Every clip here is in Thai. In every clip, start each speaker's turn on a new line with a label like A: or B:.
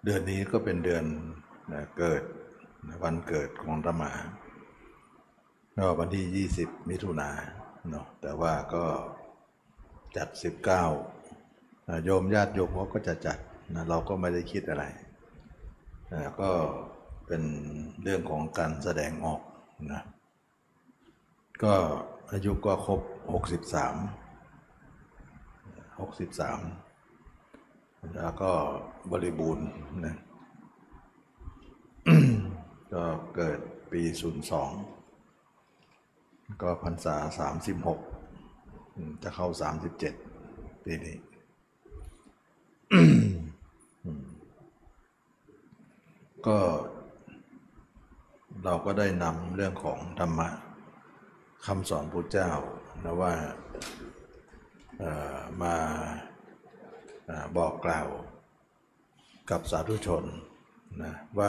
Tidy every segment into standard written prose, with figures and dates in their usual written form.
A: เดือนนี้ก็เป็นเดือนเกิดวันเกิดของอาตมาก็วันที่20มิถุนายนเนาะแต่ว่าก็จัด19โยมญาติโยมเขาก็จะจัดนะเราก็ไม่ได้คิดอะไรก็เป็นเรื่องของการแสดงออกนะก็อายุก็ครบ63แล้วก็บริบูรณ์นะก็เกิดปี02ก็พรรษา36จะเข้า37ปีนี้ก็เราก็ได้นำเรื่องของธรรมะคำสอนพระเจ้านะว่ามาบอกกล่าวกับสาธุชนนะว่า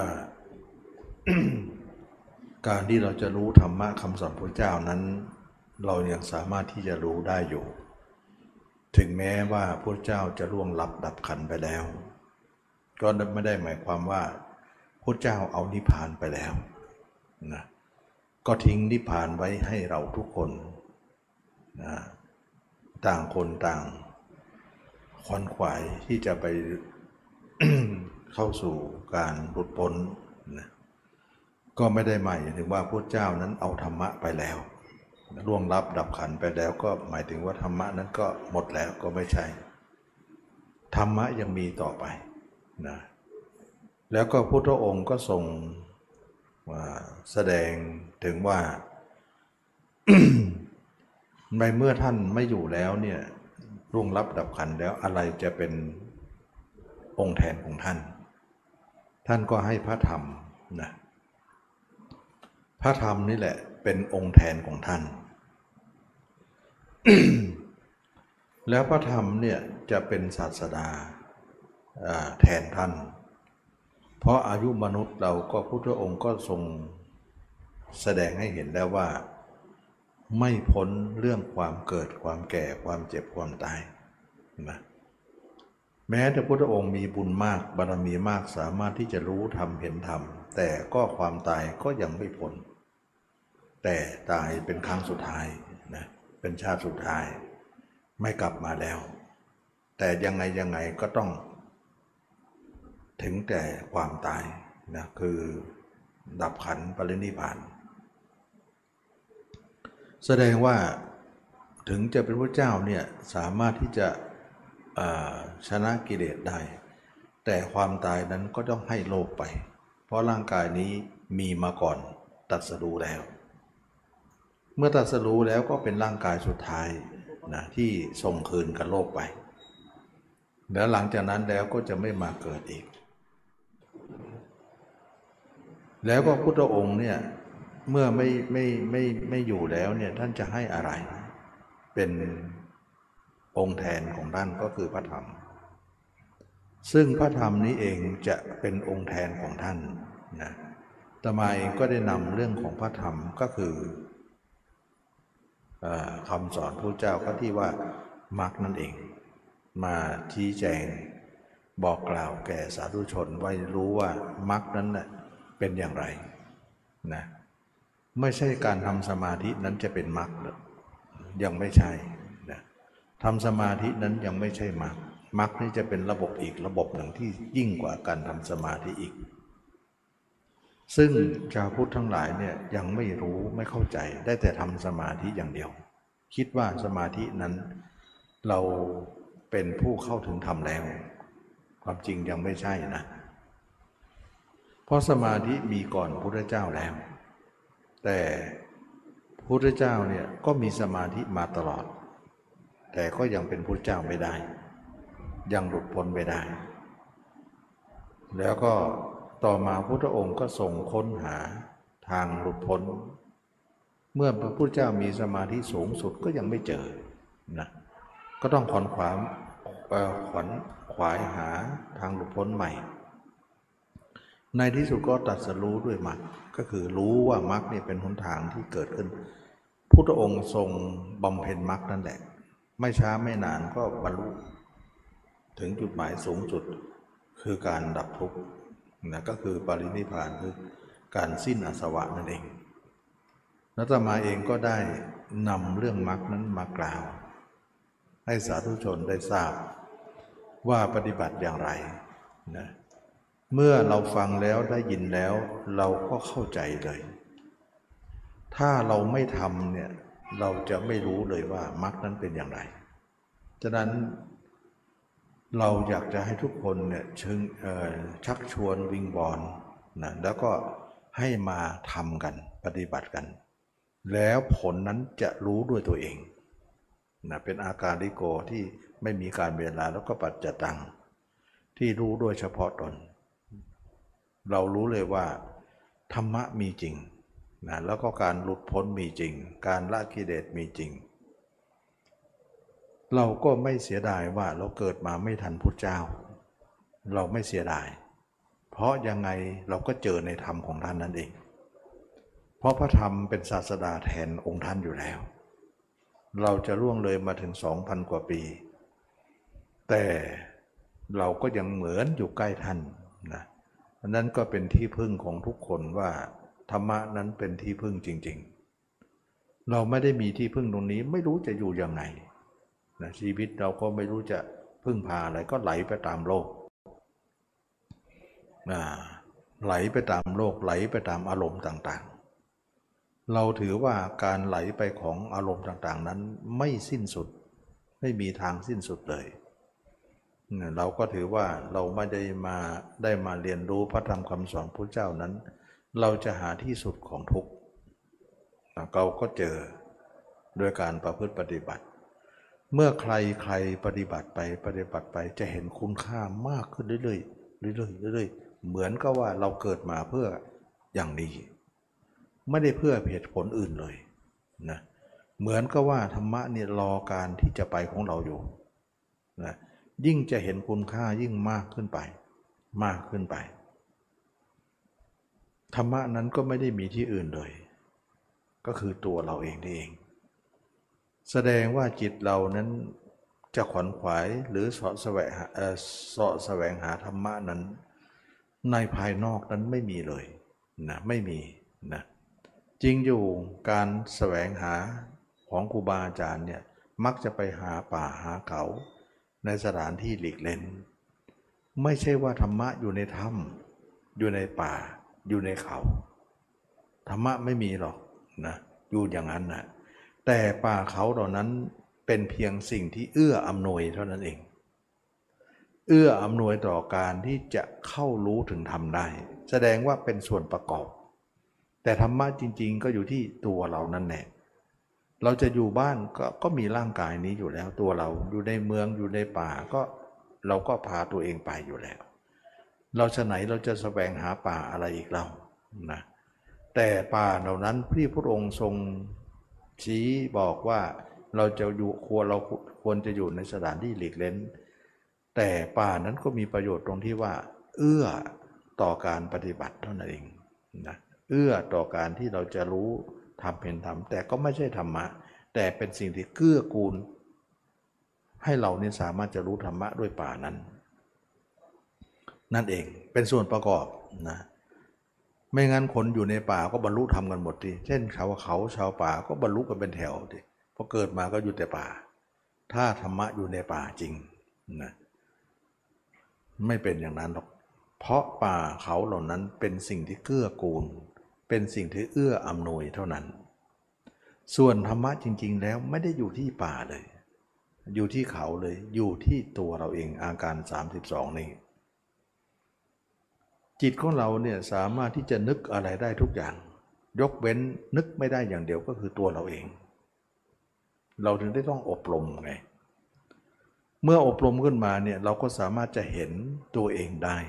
A: การที่เราจะรู้ธรรมะคำสอนพระเจ้านั้นเรายังสามารถที่จะรู้ได้อยู่ถึงแม้ว่าพระเจ้าจะล่วงลับดับขันไปแล้วก็ไม่ได้หมายความว่าพระเจ้าเอานิพพานไปแล้วนะก็ทิ้งนิพพานไว้ให้เราทุกคนนะต่างคนต่างขวนขวายที่จะไป เข้าสู่การหลุดพ้นนะก็ไม่ได้หมายถึงว่าพระเจ้านั้นเอาธรรมะไปแล้วล่วงลับดับขันไปแล้วก็หมายถึงว่าธรรมะนั้นก็หมดแล้วก็ไม่ใช่ธรรมะยังมีต่อไปนะแล้วก็พุทธองค์ก็ทรงแสดงถึงว่า ในเมื่อท่านไม่อยู่แล้วเนี่ยล่วงลับดับขันแล้วอะไรจะเป็นองค์แทนของท่านท่านก็ให้พระธรรมนะพระธรรมนี่แหละเป็นองค์แทนของท่าน แล้วพระธรรมเนี่ยจะเป็นศาสดาแทนท่านเพราะอายุมนุษย์เราก็พุทธองค์ก็ทรงแสดงให้เห็นแล้วว่าไม่พ้นเรื่องความเกิดความแก่ความเจ็บความตายนะแม้แต่พุทธองค์มีบุญมากบารมีมากสามารถที่จะรู้ธรรมเห็นธรรมแต่ก็ความตายก็ยังไม่พ้นแต่ตายเป็นครั้งสุดท้ายนะเป็นชาติสุดท้ายไม่กลับมาแล้วแต่ยังไงก็ต้องถึงแต่ความตายนะคือดับขันธ์ปรินิพพานแสดงว่าถึงจะเป็นพระเจ้าเนี่ยสามารถที่จะชนะกิเลสได้แต่ความตายนั้นก็ต้องให้โลกไปเพราะร่างกายนี้มีมาก่อนตรัสรู้แล้วเมื่อตรัสรู้แล้วก็เป็นร่างกายสุดท้ายนะที่ส่งคืนกับโลกไปแล้วหลังจากนั้นแล้วก็จะไม่มาเกิดอีกแล้วก็พุทธองค์เนี่ยเมื่อไม่อยู่แล้วเนี่ยท่านจะให้อะไรเป็นองค์แทนของท่านก็คือพระธรรมซึ่งพระธรรมนี้เองจะเป็นองค์แทนของท่านนะอาตมาเองก็ได้นำเรื่องของพระธรรมก็คือคำสอนพระเจ้าก็ที่ว่ามรรคนั่นเองมาชี้แจงบอกกล่าวแก่สาธุชนไว้รู้ว่ามรรคนั้นน่ะเป็นอย่างไรนะไม่ใช่การทำสมาธินั้นจะเป็นมรรคยังไม่ใช่นะทำสมาธินั้นยังไม่ใช่มรรคมรรคนี่จะเป็นระบบอีกระบบหนึ่งที่ยิ่งกว่าการทำสมาธิอีกซึ่งชาวพุทธทั้งหลายเนี่ยยังไม่รู้ไม่เข้าใจได้แต่ทำสมาธิอย่างเดียวคิดว่าสมาธินั้นเราเป็นผู้เข้าถึงธรรมแล้วความจริงยังไม่ใช่นะเพราะสมาธิมีก่อนพระพุทธเจ้าแล้วแต่พระพุทธเจ้าเนี่ยก็มีสมาธิมาตลอดแต่ก็ยังเป็นพระเจ้าไม่ได้ยังหลุดพ้นไม่ได้แล้วก็ต่อมาพระพุทธองค์ก็ทรงค้นหาทางหลุดพ้นเมื่อพระพุทธเจ้ามีสมาธิสูงสุดก็ยังไม่เจอนะก็ต้องขวนขวายหาทางหลุดพ้นใหม่ในที่สุดก็ตรัสรู้ด้วยมรรคก็คือรู้ว่ามรรคนี่เป็นหนทางที่เกิดขึ้นพุทธองค์ทรงบำเพ็ญมรรคนั่นแหละไม่ช้าไม่นานก็บรรลุถึงจุดหมายสูงสุดคือการดับทุกข์นะก็คือปรินิพพานคือการสิ้นอาสวะนั่นเองอาตมาเองก็ได้นำเรื่องมรรคนั้นมากล่าวให้สาธุชนได้ทราบว่าปฏิบัติอย่างไรนะเมื่อเราฟังแล้วได้ยินแล้วเราก็เข้าใจเลยถ้าเราไม่ทำเนี่ยเราจะไม่รู้เลยว่ามรรคนั้นเป็นอย่างไรฉะนั้นเราอยากจะให้ทุกคนเนี่ยชักชวนวิงบอลนะแล้วก็ให้มาทำกันปฏิบัติกันแล้วผลนั้นจะรู้ด้วยตัวเองนะเป็นอาการลิโกที่ไม่มีการเวลาแล้วก็ปัจจตังที่รู้โดยเฉพาะตนเรารู้เลยว่าธรรมะมีจริงนะแล้วก็การหลุดพ้นมีจริงการละกิเลสมีจริงเราก็ไม่เสียดายว่าเราเกิดมาไม่ทันพุทธเจ้าเราไม่เสียดายเพราะยังไงเราก็เจอในธรรมของท่านนั่นเองเพราะพระธรรมเป็นศาสดาแทนองค์ท่านอยู่แล้วเราจะล่วงเลยมาถึง 2,000 กว่าปีแต่เราก็ยังเหมือนอยู่ใกล้ท่านนะนั้นก็เป็นที่พึ่งของทุกคนว่าธรรมะนั้นเป็นที่พึ่งจริงๆเราไม่ได้มีที่พึ่งตรงนี้ไม่รู้จะอยู่ยังไงนะชีวิตเราก็ไม่รู้จะพึ่งพาอะไรก็ไหลไปตามโลกไหลไปตามโลกไหลไปตามอารมณ์ต่างๆเราถือว่าการไหลไปของอารมณ์ต่างๆนั้นไม่สิ้นสุดไม่มีทางสิ้นสุดเลยเราก็ถือว่าเราไม่ได้มาเรียนรู้พระธรรมคำสอนพระเจ้านั้นเราจะหาที่สุดของทุกข์เราก็เจอโดยการประพฤติปฏิบัติเมื่อใครปฏิบัติไปจะเห็นคุณค่ามากขึ้นเรื่อยๆเหมือนกับว่าเราเกิดมาเพื่ออย่างนี้ไม่ได้เพื่อเหตุผลอื่นเลยนะเหมือนกับว่าธรรมะเนี่ยรอการที่จะไปของเราอยู่นะยิ่งจะเห็นคุณค่ายิ่งมากขึ้นไปธรรมะนั้นก็ไม่ได้มีที่อื่นเลยก็คือตัวเราเองนี่เองแสดงว่าจิตเรานั้นจะขวนขวายหรือเสาะแสวงหาธรรมะนั้นในภายนอกนั้นไม่มีเลยนะไม่มีนะจริงอยู่การแสวงหาของครูบาอาจารย์เนี่ยมักจะไปหาป่าหาเขาในสถานที่หลีกเล่นไม่ใช่ว่าธรรมะอยู่ในถ้ำอยู่ในป่าอยู่ในเขาธรรมะไม่มีหรอกนะอยู่อย่างนั้นนะแต่ป่าเขาเหล่านั้นเป็นเพียงสิ่งที่เอื้ออำนวยเท่านั้นเองเอื้ออำนวยต่อการที่จะเข้ารู้ถึงธรรมได้แสดงว่าเป็นส่วนประกอบแต่ธรรมะจริงๆก็อยู่ที่ตัวเรานั่นแหละเราจะอยู่บ้านก็มีร่างกายนี้อยู่แล้วตัวเราอยู่ในเมืองอยู่ในป่าก็เราก็พาตัวเองไปอยู่แล้วเราฉะไหนเราจะแสวงหาป่าอะไรอีกเรานะแต่ป่าเหล่านั้นที่พระองค์ทรงชี้บอกว่าเราจะอยู่เราควรจะอยู่ในสถานที่หลีกเล้นแต่ป่านั้นก็มีประโยชน์ตรงที่ว่าเอื้อต่อการปฏิบัติเท่านั้นเองนะเอื้อต่อการที่เราจะรู้ธรรมเป็นธรรมแต่ก็ไม่ใช่ธรรมะแต่เป็นสิ่งที่เกื้อกูลให้เราเนี่ยสามารถจะรู้ธรรมะด้วยป่านั้นนั่นเองเป็นส่วนประกอบนะไม่งั้นคนอยู่ในป่าก็บรรลุธรรมกันหมดทีเช่นชาวป่าก็บรรลุกันเป็นแถวทีพอเกิดมาก็อยู่แต่ป่าถ้าธรรมะอยู่ในป่าจริงนะไม่เป็นอย่างนั้นหรอกเพราะป่าเขาเหล่านั้นเป็นสิ่งที่เกื้อกูลเป็นสิ่งที่เอื้ออำนวยเท่านั้นส่วนธรรมะจริงๆแล้วไม่ได้อยู่ที่ป่าเลยอยู่ที่เขาเลยอยู่ที่ตัวเราเองอาการ32นี่จิตของเราเนี่ยสามารถที่จะนึกอะไรได้ทุกอย่างยกเว้นนึกไม่ได้อย่างเดียวก็คือตัวเราเองเราถึงได้ต้องอบรมไงเมื่ออบรมขึ้นมาเนี่ยเราก็สามารถจะเห็นตัวเองได้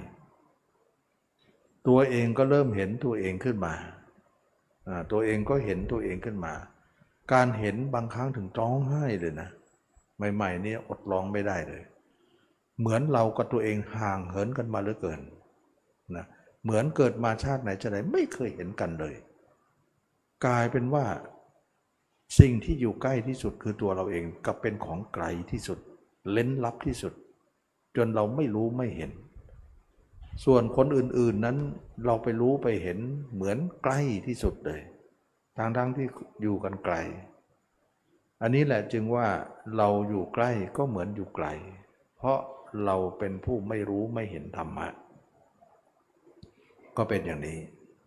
A: ตัวเองก็เริ่มเห็นตัวเองขึ้นมาตัวเองก็เห็นตัวเองขึ้นมาการเห็นบางครั้งถึงร้องไห้เลยนะใหม่ๆนี่อดร้องไม่ได้เลยเหมือนเรากับตัวเองห่างเหินกันมาเหลือเกินนะเหมือนเกิดมาชาติไหนจะไหนไม่เคยเห็นกันเลยกลายเป็นว่าสิ่งที่อยู่ใกล้ที่สุดคือตัวเราเองกับเป็นของไกลที่สุดเร้นลับที่สุดจนเราไม่รู้ไม่เห็นส่วนคนอื่นๆนั้นเราไปรู้ไปเห็นเหมือนใกล้ที่สุดเลยทั้งที่อยู่กันไกลอันนี้แหละจึงว่าเราอยู่ใกล้ก็เหมือนอยู่ไกลเพราะเราเป็นผู้ไม่รู้ไม่เห็นธรรมะก็เป็นอย่างนี้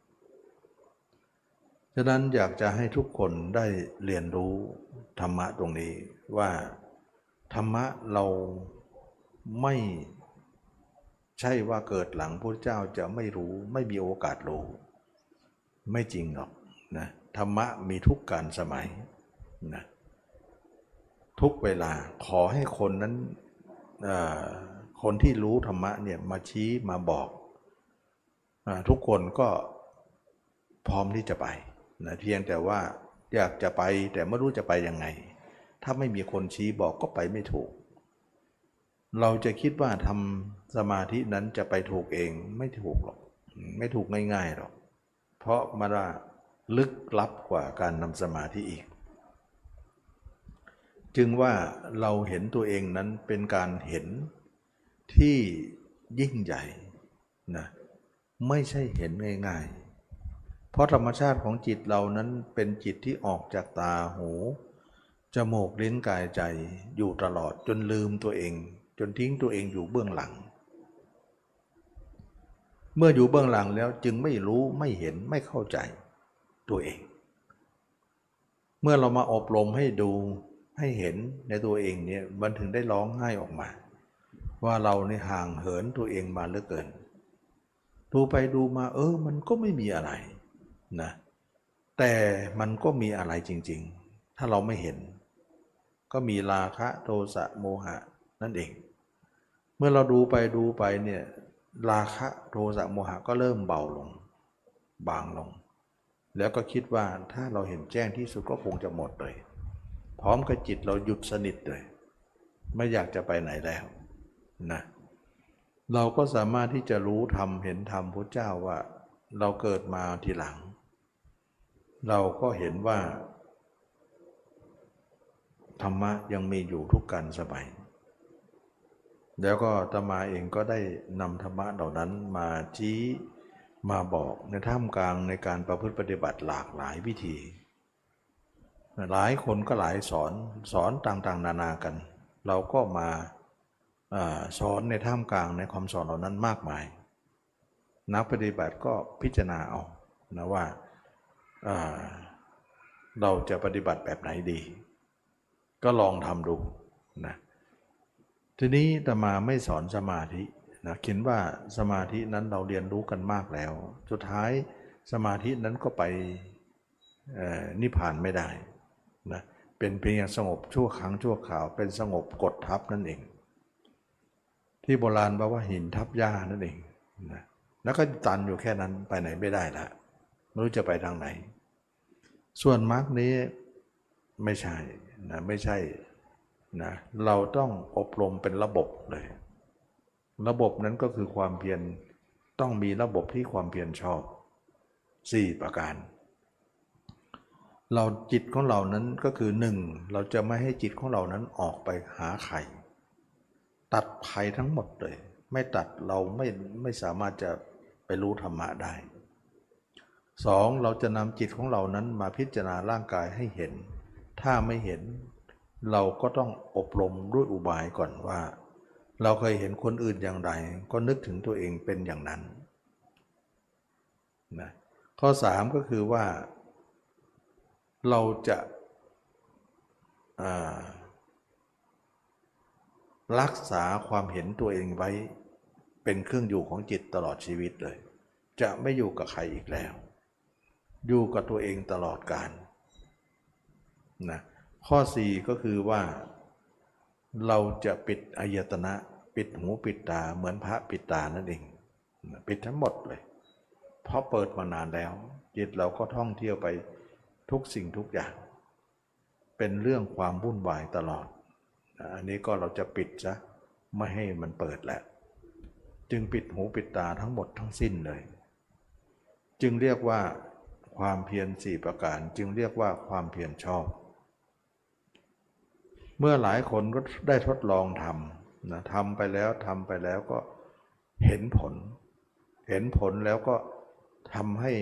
A: ฉะนั้นอยากจะให้ทุกคนได้เรียนรู้ธรรมะตรงนี้ว่าธรรมะเราไม่ใช่ว่าเกิดหลังพระเจ้าจะไม่รู้ไม่มีโอกาสรู้ไม่จริงหรอกนะธรรมะมีทุกการสมัยนะทุกเวลาขอให้คนนั้นคนที่รู้ธรรมะเนี่ยมาชี้มาบอกทุกคนก็พร้อมที่จะไปนะเพียงแต่ว่าอยากจะไปแต่ไม่รู้จะไปยังไงถ้าไม่มีคนชี้บอกก็ไปไม่ถูกเราจะคิดว่าทำสมาธินั้นจะไปถูกเองไม่ถูกหรอกไม่ถูกง่ายๆหรอกเพราะมันว่าลึกลับกว่าการทำสมาธิอีกจึงว่าเราเห็นตัวเองนั้นเป็นการเห็นที่ยิ่งใหญ่นะไม่ใช่เห็นง่ายๆเพราะธรรมชาติของจิตเรานั้นเป็นจิตที่ออกจากตาหูจมูกลิ้นกายใจอยู่ตลอดจนลืมตัวเองจนทิ้งตัวเองอยู่เบื้องหลังเมื่ออยู่เบื้องหลังแล้วจึงไม่รู้ไม่เห็นไม่เข้าใจตัวเองเมื่อเรามาอบรมให้ดูให้เห็นในตัวเองเนี่ยมันถึงได้ร้องไห้ออกมาว่าเราเนี่ยห่างเหินตัวเองมาเหลือเกินดูไปดูมามันก็ไม่มีอะไรนะแต่มันก็มีอะไรจริงๆถ้าเราไม่เห็นก็มีราคะโทสะโมหะนั่นเองเมื่อเราดูไปเนี่ยราคะโทสะโมหะก็เริ่มเบาลงบางลงแล้วก็คิดว่าถ้าเราเห็นแจ้งที่สุดก็คงจะหมดเลยพร้อมกับจิตเราหยุดสนิทเลยไม่อยากจะไปไหนแล้วนะเราก็สามารถที่จะรู้ธรรมเห็นธรรมพระเจ้าว่าเราเกิดมาทีหลังเราก็เห็นว่าธรรมะยังมีอยู่ทุกการสมัยแล้วก็อาตมาเองก็ได้นำธรรมะเหล่านั้นมาชี้มาบอกในท่ามกลางในการประพฤติปฏิบัติหลากหลายวิธีหลายคนก็หลายสอนต่างๆนานากันเราก็มาสอนในท่ามกลางในความสอนเหล่านั้นมากมายนักปฏิบัติก็พิจารณาเอานะว่าเราจะปฏิบัติแบบไหนดีก็ลองทำดูนะทีนี้อาตมาไม่สอนสมาธินะคิดว่าสมาธินั้นเราเรียนรู้กันมากแล้วสุดท้ายสมาธินั้นก็ไปนิพพานไม่ได้นะเป็นเพียงสงบชั่วครั้งชั่วคราวเป็นสงบกดทับนั่นเองที่โบราณบอกว่าหินทับหญ้านั่นเองนะแล้วก็ตันอยู่แค่นั้นไปไหนไม่ได้ละไม่รู้จะไปทางไหนส่วนมรรคนี้ไม่ใช่นะไม่ใช่นะเราต้องอบรมเป็นระบบเลยระบบนั้นก็คือความเพียรต้องมีระบบที่ความเพียรชอบ4ประการเราจิตของเรานั้นก็คือ1เราจะไม่ให้จิตของเรานั้นออกไปหาใครตัดภัยทั้งหมดเลยไม่ตัดเราไม่สามารถจะไปรู้ธรรมะได้2เราจะนำจิตของเรานั้นมาพิจารณาร่างกายให้เห็นถ้าไม่เห็นเราก็ต้องอบรมด้วยอุบายก่อนว่าเราเคยเห็นคนอื่นอย่างไรก็นึกถึงตัวเองเป็นอย่างนั้นนะข้อ3ก็คือว่าเราจะรักษาความเห็นตัวเองไว้เป็นเครื่องอยู่ของจิตตลอดชีวิตเลยจะไม่อยู่กับใครอีกแล้วอยู่กับตัวเองตลอดกาลนะข้อ4ก็คือว่าเราจะปิดอายตนะปิดหูปิดตาเหมือนพระปิดตานั่นเองปิดทั้งหมดเลยเพราะเปิดมานานแล้วจิตเราก็ท่องเที่ยวไปทุกสิ่งทุกอย่างเป็นเรื่องความวุ่นวายตลอดอันนี้ก็เราจะปิดซะไม่ให้มันเปิดแล้วจึงปิดหูปิดตาทั้งหมดทั้งสิ้นเลยจึงเรียกว่าความเพียร4ประการจึงเรียกว่าความเพียรชอบเมื่อหลายคนก็ได้ทดลองทำนะทำไปแล้วก็เห็นผลเห็นผลแล้วก็ทำให้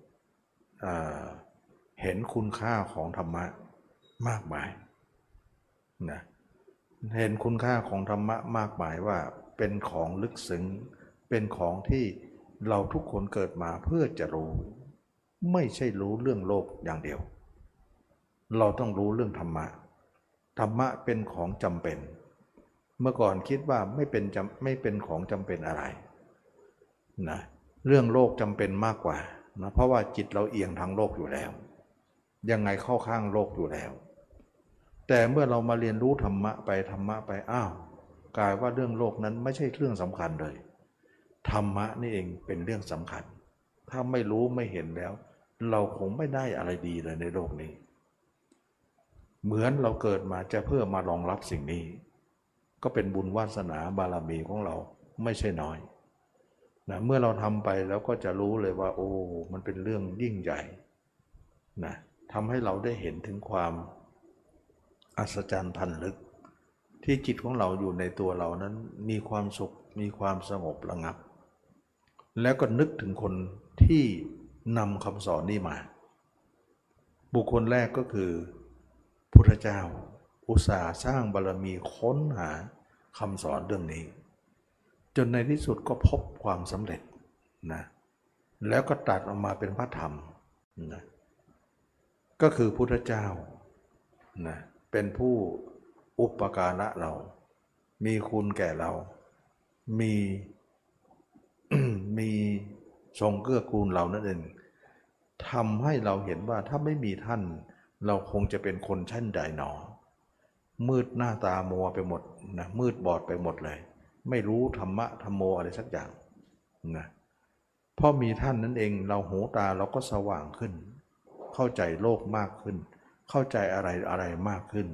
A: เห็นคุณค่าของธรรมะมากมายนะเห็นคุณค่าของธรรมะมากมายว่าเป็นของลึกซึ้งเป็นของที่เราทุกคนเกิดมาเพื่อจะรู้ไม่ใช่รู้เรื่องโลกอย่างเดียวเราต้องรู้เรื่องธรรมะธรรมะเป็นของจำเป็นเมื่อก่อนคิดว่าไม่เป็นของจำเป็นอะไรนะเรื่องโลกจำเป็นมากกว่านะเพราะว่าจิตเราเอียงทางโลกอยู่แล้วยังไงเข้าข้างโลกอยู่แล้วแต่เมื่อเรามาเรียนรู้ธรรมะไปอ้าวกลายว่าเรื่องโลกนั้นไม่ใช่เรื่องสำคัญเลยธรรมะนี่เองเป็นเรื่องสำคัญถ้าไม่รู้ไม่เห็นแล้วเราคงไม่ได้อะไรดีเลยในโลกนี้เหมือนเราเกิดมาจะเพื่อมารองรับสิ่งนี้ก็เป็นบุญวาสนาบารมีของเราไม่ใช่น้อยนะเมื่อเราทำไปแล้วก็จะรู้เลยว่าโอ้มันเป็นเรื่องยิ่งใหญ่นะทำให้เราได้เห็นถึงความอัศจรรย์พันลึกที่จิตของเราอยู่ในตัวเรานั้นมีความสุขมีความสงบระงับแล้วก็นึกถึงคนที่นำคำสอนนี้มาบุคคลแรกก็คือพุทธเจ้าอุตส่าห์สร้างบารมีค้นหาคำสอนเรื่องนี้จนในที่สุดก็พบความสำเร็จนะแล้วก็ตรัสออกมาเป็นพระธรรมนะก็คือพุทธเจ้านะเป็นผู้อุปการะเรามีคุณแก่เรามี มีทรงเกื้อกูลเรานั่นเองทำให้เราเห็นว่าถ้าไม่มีท่านเราคงจะเป็นคนเช่นใดหนอมืดหน้าตามัวไปหมดนะมืดบอดไปหมดเลยไม่รู้ธรรมะธรรมโมอะไรสักอย่างนะเพราะมีท่านนั่นเองเราหูตาเราก็สว่างขึ้นเข้าใจโลกมากขึ้นเข้าใจอะไรมากขึ้น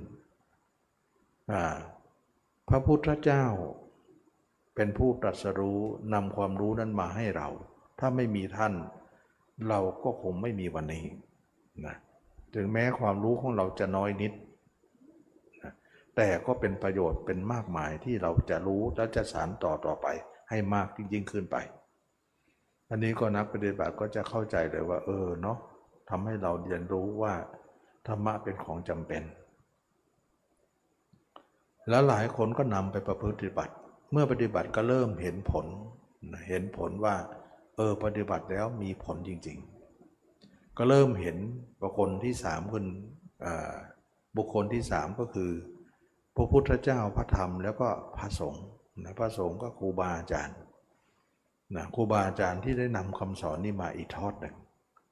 A: พระพุทธเจ้าเป็นผู้ตรัสรู้นำความรู้นั้นมาให้เราถ้าไม่มีท่านเราก็คงไม่มีวันนี้นะถึงแม้ความรู้ของเราจะน้อยนิดนะแต่ก็เป็นประโยชน์เป็นมากมายที่เราจะรู้และจะสานต่อไปให้มากยิ่งขึ้นไปอันนี้ก็นักปฏิบัติก็จะเข้าใจเลยว่าเนาะทำให้เราเรียนรู้ว่าธรรมะเป็นของจำเป็นแล้วหลายคนก็นำไปประพฤติปฏิบัติเมื่อปฏิบัติก็เริ่มเห็นผลว่าปฏิบัติแล้วมีผลจริงๆก็เริ่มเห็นบุคคลที่สามบุคคลที่สามก็คือพระพุทธเจ้าพระธรรมแล้วก็พระสงฆ์นะพระสงฆ์ก็ครูบาอาจารย์นะครูบาอาจารย์ที่ได้นำคำสอนนี้มาอีกทอดหนึ่ง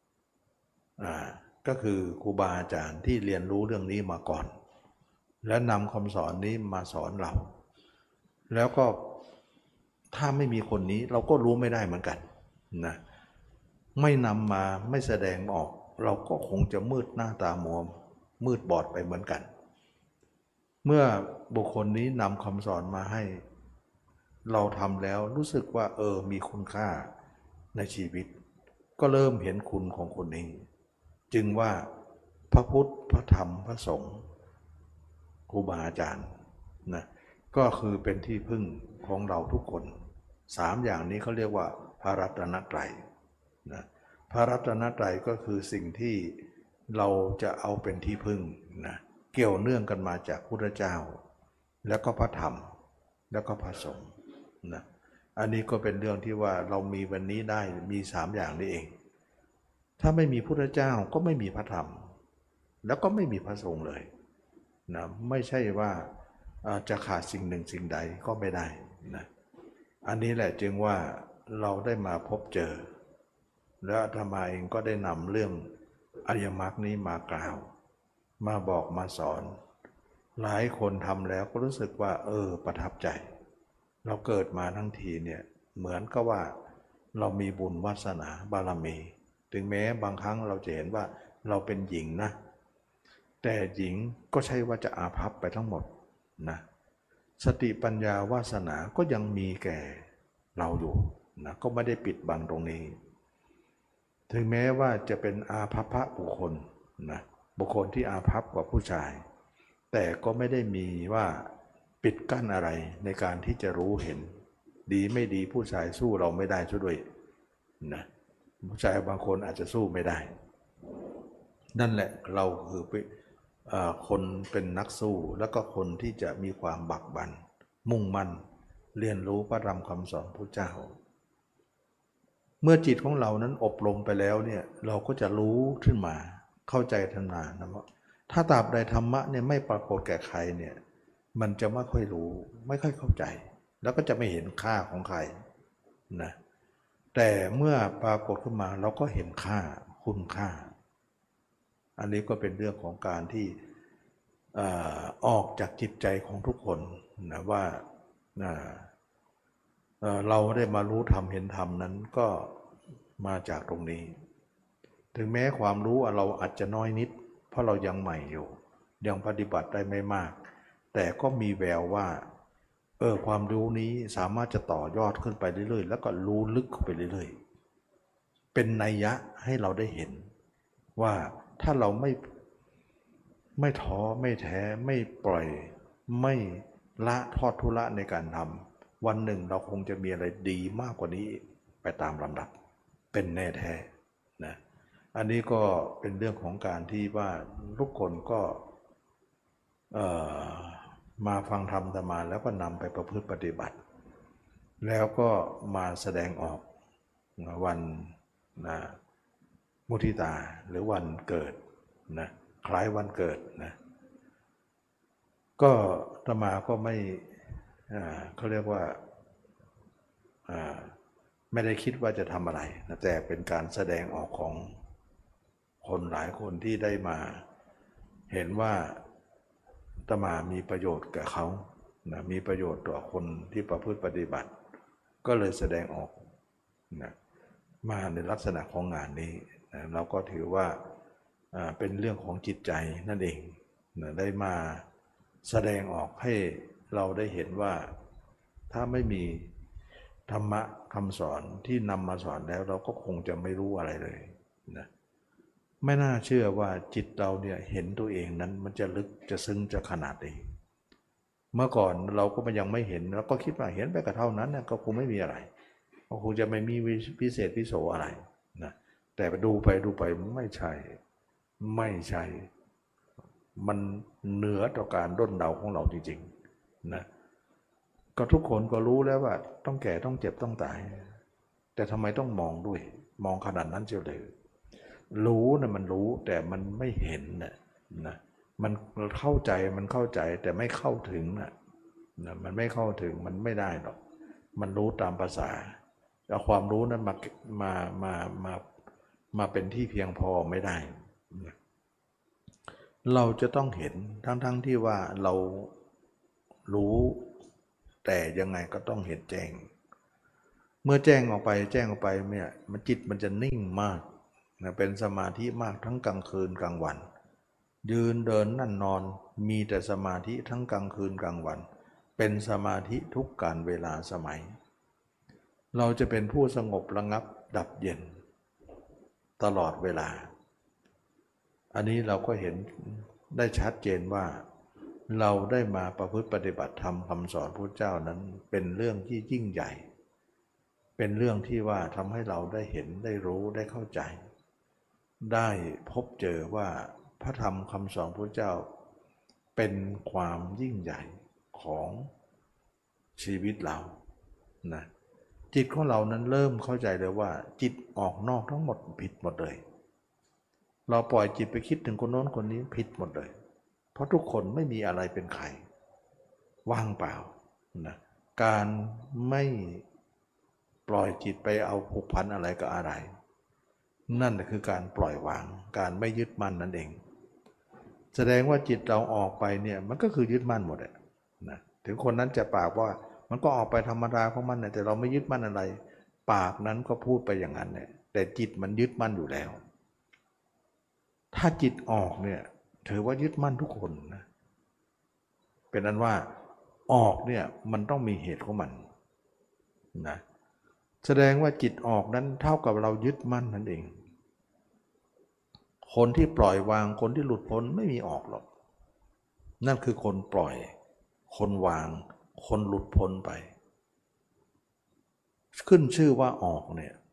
A: ก็คือครูบาอาจารย์ที่เรียนรู้เรื่องนี้มาก่อนและนำคำสอนนี้มาสอนเราแล้วก็ถ้าไม่มีคนนี้เราก็รู้ไม่ได้เหมือนกันนะไม่นำมาไม่แสดงออกเราก็คงจะมืดหน้าตามัวมืดบอดไปเหมือนกันเมื่อบุคคลนี้นำคำสอนมาให้เราทำแล้วรู้สึกว่ามีคุณค่าในชีวิตก็เริ่มเห็นคุณของคนนี้จึงว่าพระพุทธพระธรรมพระสงฆ์ครูบาอาจารย์นะก็คือเป็นที่พึ่งของเราทุกคนสามอย่างนี้เขาเรียกว่าพระรัตนตรัยนะพระรัตนตรัยก็คือสิ่งที่เราจะเอาเป็นที่พึ่งนะเกี่ยวเนื่องกันมาจากพุทธเจ้าแล้วก็พระธรรมแล้วก็พระสงฆ์นะอันนี้ก็เป็นเรื่องที่ว่าเรามีวันนี้ได้มีสามอย่างนี้เองถ้าไม่มีพุทธเจ้าก็ไม่มีพระธรรมแล้วก็ไม่มีพระสงฆ์เลยนะไม่ใช่ว่าจะขาดสิ่งหนึ่งสิ่งใดก็ไม่ได้นะอันนี้แหละจึงว่าเราได้มาพบเจอและอาตมาเองก็ได้นำเรื่องอริยมรรคนี้มากล่าวมาบอกมาสอนหลายคนทำแล้วก็รู้สึกว่าประทับใจเราเกิดมาทั้งทีเนี่ยเหมือนกับว่าเรามีบุญวาสนาบารมีถึงแม้บางครั้งเราจะเห็นว่าเราเป็นหญิงนะแต่หญิงก็ใช่ว่าจะอาภัพไปทั้งหมดนะสติปัญญาวาสนาก็ยังมีแก่เราอยู่นะก็ไม่ได้ปิดบังตรงนี้ถึงแม้ว่าจะเป็นอาภัพบุคคลนะบุคคลที่อาภัพกว่าผู้ชายแต่ก็ไม่ได้มีว่าปิดกั้นอะไรในการที่จะรู้เห็นดีไม่ดีผู้ชายสู้เราไม่ได้ซะด้วยนะผู้ชายบางคนอาจจะสู้ไม่ได้นั่นแหละเราคือคนเป็นนักสู้แล้วก็คนที่จะมีความบักบั่นมุ่งมั่นเรียนรู้พระธรรมคำสอนพระเจ้าเมื่อจิตของเรานั้นอบรมไปแล้วเนี่ยเราก็จะรู้ขึ้นมาเข้าใจธรรมะนะว่าถ้าตราบใดธรรมะเนี่ยไม่ปรากฏแก่ใครเนี่ยมันจะไม่ค่อยรู้ไม่ค่อยเข้าใจแล้วก็จะไม่เห็นค่าของใครนะแต่เมื่อปรากฏขึ้นมาเราก็เห็นค่าคุณค่าอันนี้ก็เป็นเรื่องของการที่ออกจากจิตใจของทุกคนนะว่าเราได้มารู้ธรรมเห็นธรรมนั้นก็มาจากตรงนี้ถึงแม้ความรู้เราอาจจะน้อยนิดเพราะเรายังใหม่อยู่ยังปฏิบัติได้ไม่มากแต่ก็มีแววว่าความรู้นี้สามารถจะต่อยอดขึ้นไปเรื่อยๆแล้วก็รู้ลึกเข้าไปเรื่อยๆเป็นนัยยะให้เราได้เห็นว่าถ้าเราไม่ท้อไม่แท้ไม่ปล่อยไม่ละทอดทุระในการทำวันหนึ่งเราคงจะมีอะไรดีมากกว่านี้ไปตามลำดับเป็นแน่แท้นะอันนี้ก็เป็นเรื่องของการที่ว่าทุกคนก็มาฟังธรรมธรรมาแล้วก็นำไปประพฤติปฏิบัติแล้วก็มาแสดงออกวันมุทิตาหรือวันเกิดนะคล้ายวันเกิดนะก็อาตมาก็ไม่เขาเรียกว่าไม่ได้คิดว่าจะทำอะไรนะแต่เป็นการแสดงออกของคนหลายคนที่ได้มาเห็นว่าอาตมามีประโยชน์กับเขานะมีประโยชน์ต่อคนที่ประพฤติปฏิบัติก็เลยแสดงออกนะมาในลักษณะของงานนี้นะเราก็ถือว่าเป็นเรื่องของจิตใจนั่นเองนะได้มาแสดงออกให้เราได้เห็นว่าถ้าไม่มีธรรมะคำสอนที่นำมาสอนแล้วเราก็คงจะไม่รู้อะไรเลยนะไม่น่าเชื่อว่าจิตเราเนี่ยเห็นตัวเองนั้นมันจะลึกจะซึ้งจะขนาดนี้เมื่อก่อนเราก็ยังไม่เห็นเราก็คิดว่าเห็นไปก็เท่านั้นนะก็คงไม่มีอะไรก็คงจะไม่มีพิเศษพิโสอะไรนะแต่ดูไปไม่ใช่มันเหนือต่อการด้นเดาของเราจริงๆนะก็ทุกคนก็รู้แล้วว่าต้องแก่ต้องเจ็บต้องตายแต่ทำไมต้องมองด้วยมองขนาดนั้นเชียวเลยรู้นะมันรู้แต่มันไม่เห็นนะมันเข้าใจแต่ไม่เข้าถึงนะมันไม่เข้าถึงมันไม่ได้หรอกมันรู้ตามภาษาเอาความรู้นั้นมาเป็นที่เพียงพอไม่ได้เราจะต้องเห็นทั้งที่ว่าเรารู้แต่ยังไงก็ต้องเห็นแจ้งเมื่อแจ้งออกไปเนี่ยจิตมันจะนิ่งมากนะเป็นสมาธิมากทั้งกลางคืนกลางวันยืนเดินนั่งนอนมีแต่สมาธิทั้งกลางคืนกลางวันเป็นสมาธิทุกการเวลาสมัยเราจะเป็นผู้สงบระงับดับเย็นตลอดเวลาอันนี้เราก็เห็นได้ชัดเจนว่าเราได้มาประพฤติปฏิบัติธรรมคำสอนพระเจ้านั้นเป็นเรื่องที่ยิ่งใหญ่เป็นเรื่องที่ว่าทำให้เราได้เห็นได้รู้ได้เข้าใจได้พบเจอว่าพระธรรมคำสอนพระเจ้าเป็นความยิ่งใหญ่ของชีวิตเรานะจิตของเรานั้นเริ่มเข้าใจเลยว่าจิตออกนอกทั้งหมดผิดหมดเลยเราปล่อยจิตไปคิดถึงคนโน้นคนนี้ผิดหมดเลยเพราะทุกคนไม่มีอะไรเป็นใครว่างเปล่านะการไม่ปล่อยจิตไปเอาผูกพันอะไรกับอะไรนั่นคือการปล่อยวางการไม่ยึดมั่นนั่นเองแสดงว่าจิตเราออกไปเนี่ยมันก็คือยึดมั่นหมดนะถึงคนนั้นจะปากว่ามันก็ออกไปธรรมดาของมันแต่เราไม่ยึดมั่นอะไรปากนั้นก็พูดไปอย่างนั้นเนี่ยแต่จิตมันยึดมั่นอยู่แล้วถ้าจิตออกเนี่ยถือว่ายึดมั่นทุกคนนะเป็นนั้นว่าออกเนี่ยมันต้องมีเหตุของมันนะแสดงว่าจิตออกนั้นเท่ากับเรายึดมั่นนั่นเองคนที่ปล่อยวางคนที่หลุดพ้นไม่มีออกหรอกนั่นคือคนปล่อยคนวางคนหลุดพ้นไปขึ้นชื่อว่าออกเนี่ย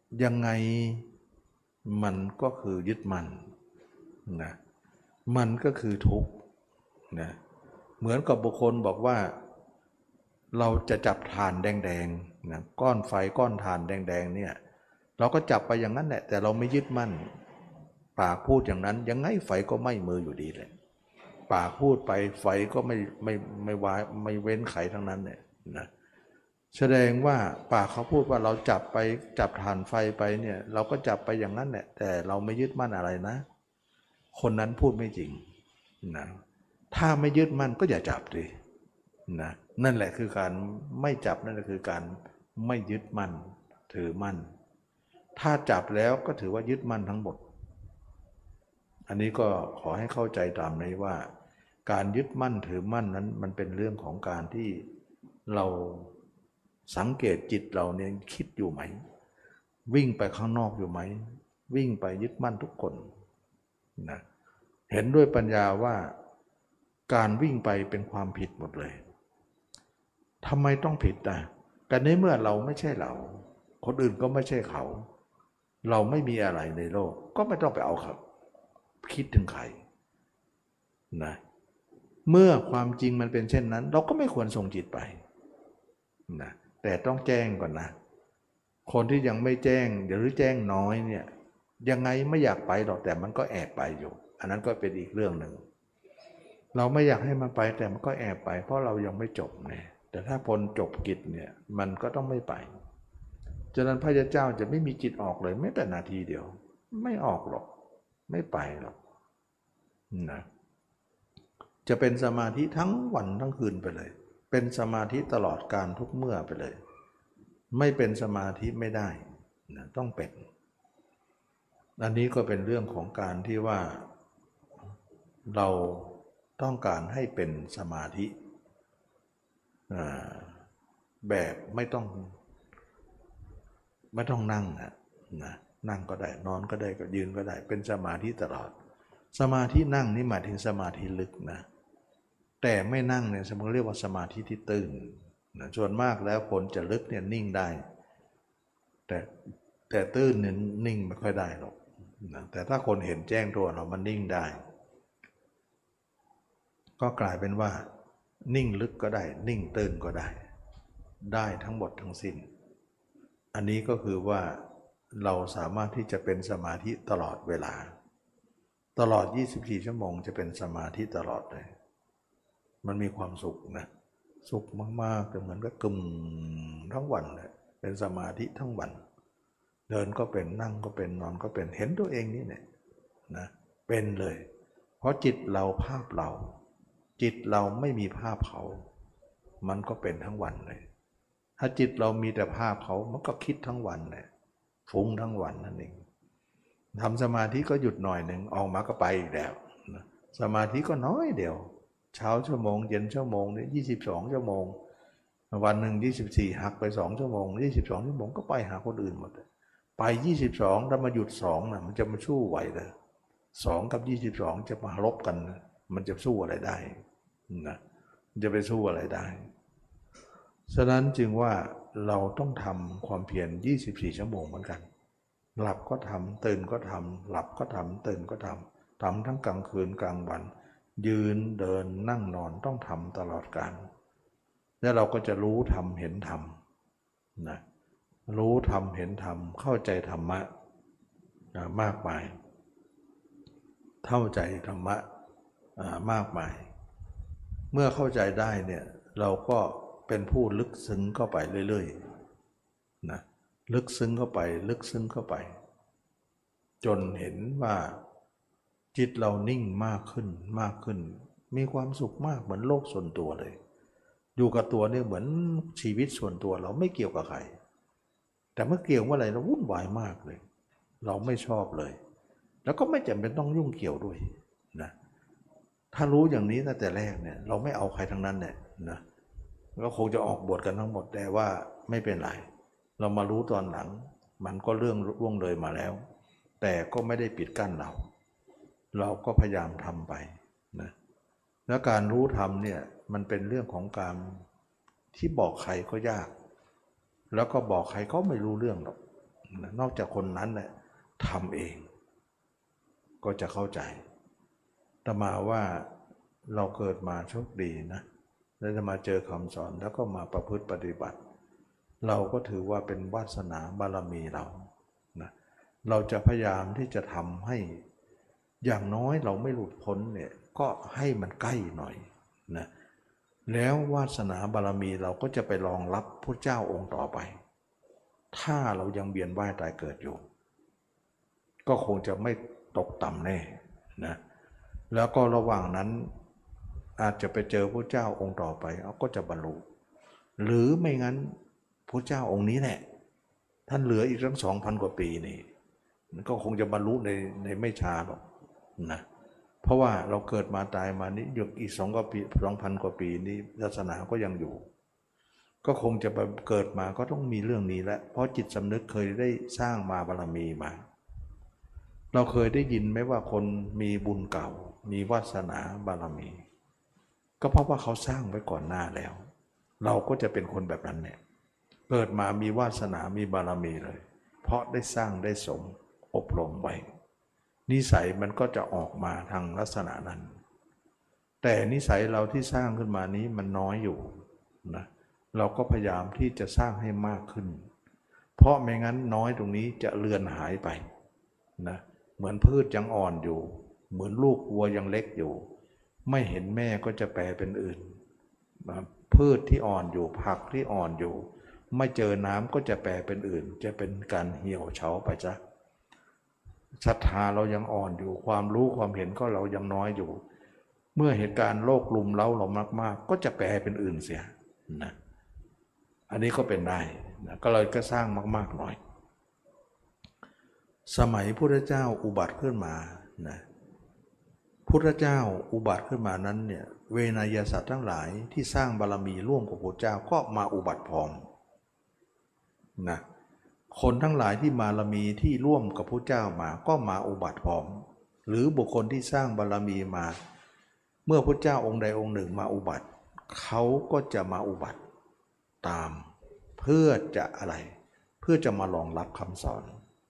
A: ยังไงมันก็คือยึดมั่นนะมันก็คือทุกข์นะเหมือนกับบุคคลบอกว่าเราจะจับถ่านแดงๆนะก้อนไฟก้อนถ่านแดงๆเนี่ยเราก็จับไปอย่างนั้นแหละแต่เราไม่ยึดมั่นปากพูดอย่างนั้นยังไงไฟก็ไหม้มืออยู่ดีเลยปากพูดไปไฟก็ไม่วายไม่เว้นไขทั้งนั้นเนี่ยนะแสดงว่าปากเขาพูดว่าเราจับไปจับถ่านไฟไปเนี่ยเราก็จับไปอย่างนั้นแหละแต่เราไม่ยึดมั่นอะไรนะคนนั้นพูดไม่จริงนะถ้าไม่ยึดมั่นก็อย่าจับดินะนั่นแหละคือการไม่จับนั่นแหละคือการไม่ยึดมั่นถือมั่นถ้าจับแล้วก็ถือว่ายึดมั่นทั้งหมดอันนี้ก็ขอให้เข้าใจตามนี้ว่าการยึดมั่นถือมั่นนั้นมันเป็นเรื่องของการที่เราสังเกตจิตเราเนี่ยคิดอยู่ไหมวิ่งไปข้างนอกอยู่ไหมวิ่งไปยึดมั่นทุกคนนะเห็นด้วยปัญญาว่าการวิ่งไปเป็นความผิดหมดเลยทำไมต้องผิดอ่ะกันในเมื่อเราไม่ใช่เราคนอื่นก็ไม่ใช่เขาเราไม่มีอะไรในโลกก็ไม่ต้องไปเอาครับคิดถึงใครนะเมื่อความจริงมันเป็นเช่นนั้นเราก็ไม่ควรส่งจิตไปนะแต่ต้องแจ้งก่อนนะคนที่ยังไม่แจ้งหรือแจ้งน้อยเนี่ยยังไงไม่อยากไปหรอกแต่มันก็แอบไปอยู่อันนั้นก็เป็นอีกเรื่องหนึ่งเราไม่อยากให้มันไปแต่มันก็แอบไปเพราะเรายังไม่จบเนี่ยแต่ถ้าพ้นจบกิจเนี่ยมันก็ต้องไม่ไปฉะนั้นพระเจ้าจะไม่มีจิตออกเลยแม้แต่นาทีเดียวไม่ออกหรอกไม่ไปหรอกนะจะเป็นสมาธิทั้งวันทั้งคืนไปเลยเป็นสมาธิตลอดการทุกเมื่อไปเลยไม่เป็นสมาธิไม่ได้นะต้องเป็นอันนี้ก็เป็นเรื่องของการที่ว่าเราต้องการให้เป็นสมาธิแบบไม่ต้องนั่งนะนั่งก็ได้นอนก็ได้ก็ยืนก็ได้เป็นสมาธิตลอดสมาธินั่งนี่หมายถึงสมาธิลึกนะแต่ไม่นั่งเนี่ยสมมติเรียกว่าสมาธิที่ตื่นนะส่วนมากแล้วคนจะลึกเนี่ยนิ่งได้แต่ตื่นเนี่ยนิ่งไม่ค่อยได้หรอกนะแต่ถ้าคนเห็นแจ้งตัวเรามันนิ่งได้ก็กลายเป็นว่านิ่งลึกก็ได้นิ่งตื่นก็ได้ทั้งหมดทั้งสิ้นอันนี้ก็คือว่าเราสามารถที่จะเป็นสมาธิตลอดเวลาตลอด24ชั่วโมงจะเป็นสมาธิตลอดเลยมันมีความสุขนะสุขมากๆแต่เหมือนกับกึ่มทั้งวันเลยเป็นสมาธิทั้งวันเดินก็เป็นนั่งก็เป็นนอนก็เป็นเห็นตัวเองนี่เนี่ยนะเป็นเลยเพราะจิตเราภาพเราจิตเราไม่มีภาพเขามันก็เป็นทั้งวันเลยถ้าจิตเรามีแต่ภาพเขามันก็คิดทั้งวันเลยฟุ้งทั้งวันนั่นเองทำสมาธิก็หยุดหน่อยหนึ่งออกมาก็ไปอีกแล้วสมาธิก็น้อยเดียวเช้าชั่วโมงเย็นชั่วโมงนี่22ชั่วโมงวันหนึ่ง24หักไป2ชั่วโมง22ชั่วโมงก็ไปหาคนอื่นหมดไป22แล้วมาหยุด2นะมันจะมาสู้ไหวเลย2กับ22จะมาลบกันมันจะสู้อะไรได้นะมันจะไปสู้อะไรได้ฉะนั้นจึงว่าเราต้องทำความเพียร24ชั่วโมงเหมือนกันหลับก็ทำตื่นก็ทำหลับก็ทำตื่นก็ทำทั้งกลางคืนกลางวันยืนเดินนั่งนอนต้องทำตลอดกาลแล้วเราก็จะรู้ธรรมเห็นธรรมนะรู้ธรรมเห็นธรรมเข้าใจธรรมะมากมายเข้าใจธรรมะมากมายเมื่อเข้าใจได้เนี่ยเราก็เป็นผู้ลึกซึ้งเข้าไปเรื่อยๆนะลึกซึ้งเข้าไปลึกซึ้งเข้าไปจนเห็นว่าจิตเรานิ่งมากขึ้นมากขึ้นมีความสุขมากเหมือนโลกส่วนตัวเลยอยู่กับตัวเนี่ยเหมือนชีวิตส่วนตัวเราไม่เกี่ยวกับใครแต่เมื่อเกี่ยวเมื่อไหร่เราวุ่นวายมากเลยเราไม่ชอบเลยแล้วก็ไม่จำเป็นต้องยุ่งเกี่ยวด้วยนะถ้ารู้อย่างนี้ตั้งแต่แรกเนี่ยเราไม่เอาใครทั้งนั้นเนี่ยนะก็คงจะออกบวชกันทั้งหมดแต่ว่าไม่เป็นไรเรามารู้ตอนหลังมันก็เรื่องล่วงเลยมาแล้วแต่ก็ไม่ได้ปิดกั้นเราก็พยายามทำไปนะแล้วการรู้ธรรมเนี่ยมันเป็นเรื่องของการที่บอกใครก็ยากแล้วก็บอกใครก็ไม่รู้เรื่องหรอกนอกจากคนนั้นแหละทำเองก็จะเข้าใจแต่มาว่าเราเกิดมาโชคดีนะแล้วจะมาเจอคำสอนแล้วก็มาประพฤติปฏิบัติเราก็ถือว่าเป็นวาสนาบารมีเรานะเราจะพยายามที่จะทำให้อย่างน้อยเราไม่หลุดพ้นเนี่ยก็ให้มันใกล้หน่อยนะแล้ววาสนาบารมีเราก็จะไปรองรับพระเจ้าองค์ต่อไปถ้าเรายังเวียนว่ายตายเกิดอยู่ก็คงจะไม่ตกต่ำแน่นะแล้วก็ระหว่างนั้นอาจจะไปเจอพระเจ้าองค์ต่อไปก็จะบรรลุหรือไม่งั้นพระเจ้าองค์นี้แหละท่านเหลืออีกตั้ง 2,000 กว่าปีนี่มันก็คงจะบรรลุในไม่ช้าหรอกนะเพราะว่าเราเกิดมาตายมานี้อีก2,000 กว่าปีนี้ศาสนาก็ยังอยู่ก็คงจะเกิดมาก็ต้องมีเรื่องนี้แหละเพราะจิตสำนึกเคยได้สร้างมาบารมีมาเราเคยได้ยินไหมว่าคนมีบุญเก่ามีวาสนาบารมีก็เพราะว่าเขาสร้างไว้ก่อนหน้าแล้วเราก็จะเป็นคนแบบนั้นเนี่ยเกิดมามีวาสนามีบารมีเลยเพราะได้สร้างได้สมอบรมไว้นิสัยมันก็จะออกมาทางลักษณะนั้นแต่นิสัยเราที่สร้างขึ้นมานี้มันน้อยอยู่นะเราก็พยายามที่จะสร้างให้มากขึ้นเพราะไม่งั้นน้อยตรงนี้จะเลือนหายไปนะเหมือนพืชยังอ่อนอยู่เหมือนลูกวัวยังเล็กอยู่ไม่เห็นแม่ก็จะแปรเป็นอื่นนะพืชที่อ่อนอยู่ผักที่อ่อนอยู่ไม่เจอน้ำก็จะแปรเป็นอื่นจะเป็นการเหี่ยวเฉาไปจ้ะศรัทธาเรายังอ่อนอยู่ความรู้ความเห็นก็เรายังน้อยอยู่เมื่อเหตุการณ์โลกลุมเร้าเรามากๆก็จะแปรเป็นอื่นเสียนะอันนี้ก็เป็นได้นะก็เลยก็สร้างมากๆหน่อยสมัยพุทธเจ้าอุบัติขึ้นมานะพุทธเจ้าอุบัติขึ้นมานั้นเนี่ยเวนยสัตว์ทั้งหลายที่สร้างบารมีร่วมกับพระเจ้าก็มาอุบัติพร้อมนะคนทั้งหลายที่บารมีที่ร่วมกับพระเจ้ามาก็มาอุบัติพร้อมหรือบุคคลที่สร้างบารมีมาเมื่อพระเจ้าองค์ใดองค์หนึ่งมาอุบัติเขาก็จะมาอุบัติตามเพื่อจะอะไรเพื่อจะมารองรับคำสอน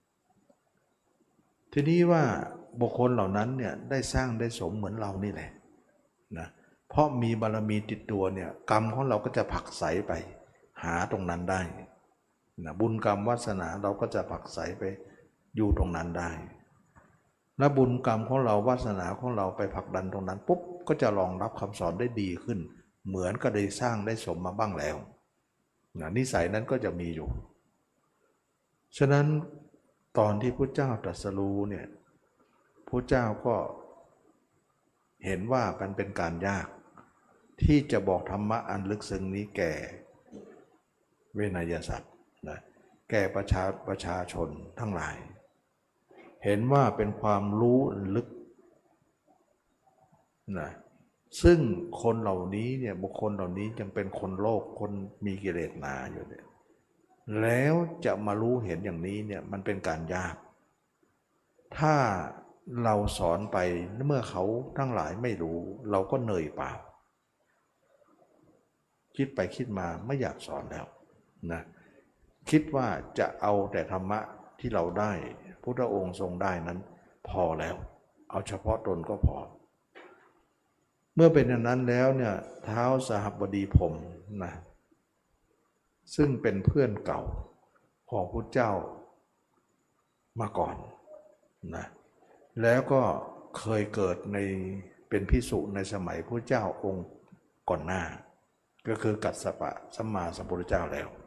A: ทีนี้ว่าบุคคลเหล่านั้นเนี่ยได้สร้างได้สมเหมือนเรานี่แหละนะเพราะมีบารมีติดตัวเนี่ยกรรมของเราก็จะผลักไสไปหาตรงนั้นได้นะบุญกรรมวาสนาเราก็จะผลักไสไปอยู่ตรงนั้นได้และบุญกรรมของเราวาสนาของเราไปผลักดันตรงนั้นปุ๊บก็จะรองรับคำสอนได้ดีขึ้นเหมือนก็ได้สร้างได้สมมาบ้างแล้วนะนิสัยนั้นก็จะมีอยู่ฉะนั้นตอนที่พระเจ้าตรัสรู้เนี่ยพระเจ้าก็เห็นว่ามันเป็นการยากที่จะบอกธรรมะอันลึกซึ้งนี้แก่เวนยสัตว์นะแก่ประชาชนทั้งหลายเห็นว่าเป็นความรู้ลึกนะซึ่งคนเหล่านี้เนี่ยบุคคลเหล่านี้ยังเป็นคนโลกคนมีกิเลสหนาอยู่เนี่ยแล้วจะมารู้เห็นอย่างนี้เนี่ยมันเป็นการยากถ้าเราสอนไปเมื่อเขาทั้งหลายไม่รู้เราก็เหนื่อยเปล่าคิดไปคิดมาไม่อยากสอนแล้วนะคิดว่าจะเอาแต่ธรรมะที่เราได้พุทธองค์ทรงได้นั้นพอแล้วเอาเฉพาะตนก็พอเมื่อเป็นอย่างนั้นแล้วเนี่ยท้าวสหับบดีพรหมนะซึ่งเป็นเพื่อนเก่าของพุทธเจ้ามาก่อนนะแล้วก็เคยเกิดในเป็นภิกษุในสมัยพุทธเจ้าองค์ก่อนหน้าก็คือกัสสปะสัมมาสัมพุทธเจ้า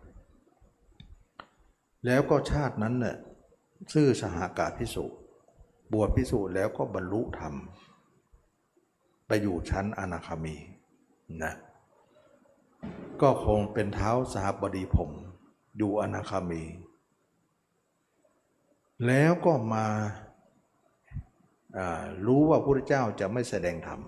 A: แล้วก็ชาตินั้นเนี่ยชื่อสหากาภิกษุบวชภิกษุแล้วก็บรรลุธรรมไปอยู่ชั้นอนาคามีนะก็คงเป็นเท้าสหับบดีพรหมอยู่อนาคามีแล้วก็มารู้ว่าพระพุทธเจ้าจะไม่แสดงธรรม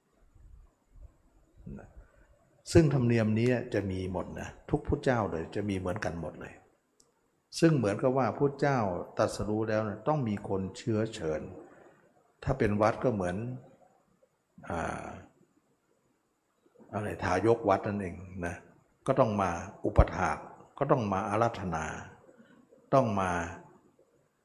A: ซึ่งธรรมเนียมนี้จะมีหมดนะทุกพุทธเจ้าเลยจะมีเหมือนกันหมดเลยซึ่งเหมือนกับว่าพุทธเจ้าตรัสรู้แล้วนะต้องมีคนเชื้อเชิญถ้าเป็นวัดก็เหมือนอะไรทายกวัดนั่นเองนะก็ต้องมาอุปถากก็ต้องมาอาราธนาต้องมา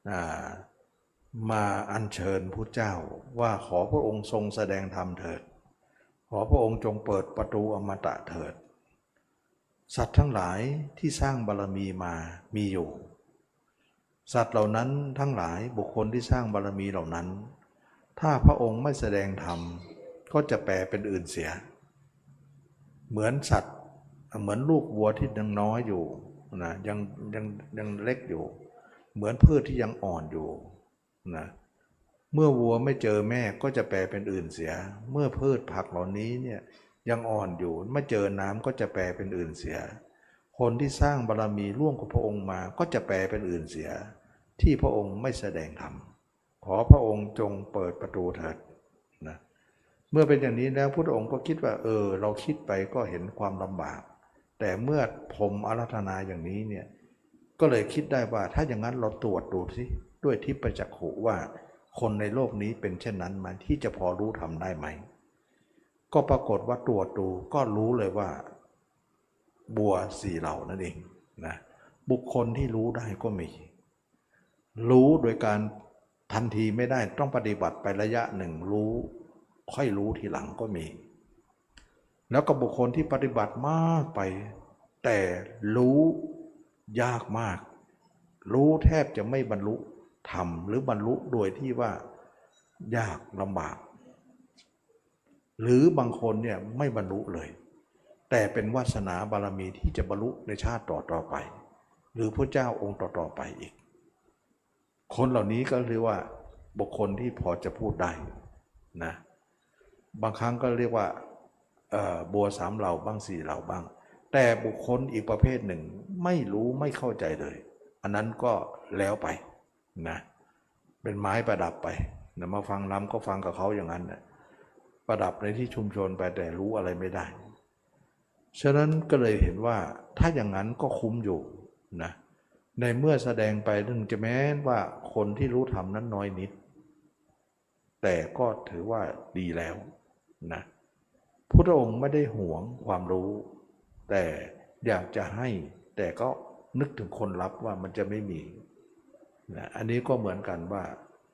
A: อ่ามาอัญเชิญพระเจ้าว่าขอพระองค์ทรงแสดงธรรมเถิดขอพระองค์จงเปิดประตูอมตะเถิดสัตว์ทั้งหลายที่สร้างบารมีมามีอยู่สัตว์เหล่านั้นทั้งหลายบุคคลที่สร้างบารมีเหล่านั้นถ้าพระองค์ไม่แสดงธรรมก็จะแปลเป็นอื่นเสียเหมือนสัตว์เหมือนลูกวัวที่ยังน้อยอยู่นะยังเล็กอยู่เหมือนพืชที่ยังอ่อนอยู่นะเมื่อวัวไม่เจอแม่ก็จะแปลเป็นอื่นเสียเมื่อพืชผักเหล่านี้เนี่ยยังอ่อนอยู่ไม่เจอน้ำก็จะแปลเป็นอื่นเสียคนที่สร้างบารมีร่วมกับพระองค์มาก็จะแปลเป็นอื่นเสียที่พระองค์ไม่แสดงธรรมขอพระองค์จงเปิดประตูเถิดนะเมื่อเป็นอย่างนี้แล้วพระองค์ก็คิดว่าเราคิดไปก็เห็นความลำบากแต่เมื่อผมอาราธนาอย่างนี้เนี่ยก็เลยคิดได้ว่าถ้าอย่างนั้นเราตรวจดูสิด้วยทิพจักขุว่าคนในโลกนี้เป็นเช่นนั้นไหมที่จะพอรู้ทำได้ไหมก็ปรากฏว่าตรวจดูก็รู้เลยว่าบัวสี่เหล่านั่นเองนะบุคคลที่รู้ได้ก็มีรู้โดยการทันทีไม่ได้ต้องปฏิบัติไประยะหนึ่งรู้ค่อยรู้ทีหลังก็มีแล้วก็บุคคลที่ปฏิบัติมากไปแต่รู้ยากมากรู้แทบจะไม่บรรลุธรรมหรือบรรลุโดยที่ว่ายากลำบากหรือบางคนเนี่ยไม่บรรลุเลยแต่เป็นวาสนาบารมีที่จะบรรลุในชาติต่อไปหรือพระเจ้าองค์ต่อไปอีกคนเหล่านี้ก็เรียกว่าบุคคลที่พอจะพูดได้นะบางครั้งก็เรียกว่าบัวสามเหล่าบ้างสี่เหล่าบ้างแต่บุคคลอีกประเภทหนึ่งไม่รู้ไม่เข้าใจเลยอันนั้นก็แล้วไปนะเป็นไม้ประดับไปนะมาฟังล้ำก็ฟังกับเขาอย่างนั้นนะประดับในที่ชุมชนไปแต่รู้อะไรไม่ได้ฉะนั้นก็เลยเห็นว่าถ้าอย่างนั้นก็คุ้มอยู่นะในเมื่อแสดงไปถึงจะแม้ว่าคนที่รู้ธรรมนั้นน้อยนิดแต่ก็ถือว่าดีแล้วนะพุทธองค์ไม่ได้หวงความรู้แต่อยากจะให้แต่ก็นึกถึงคนรับว่ามันจะไม่มีนะอันนี้ก็เหมือนกันว่า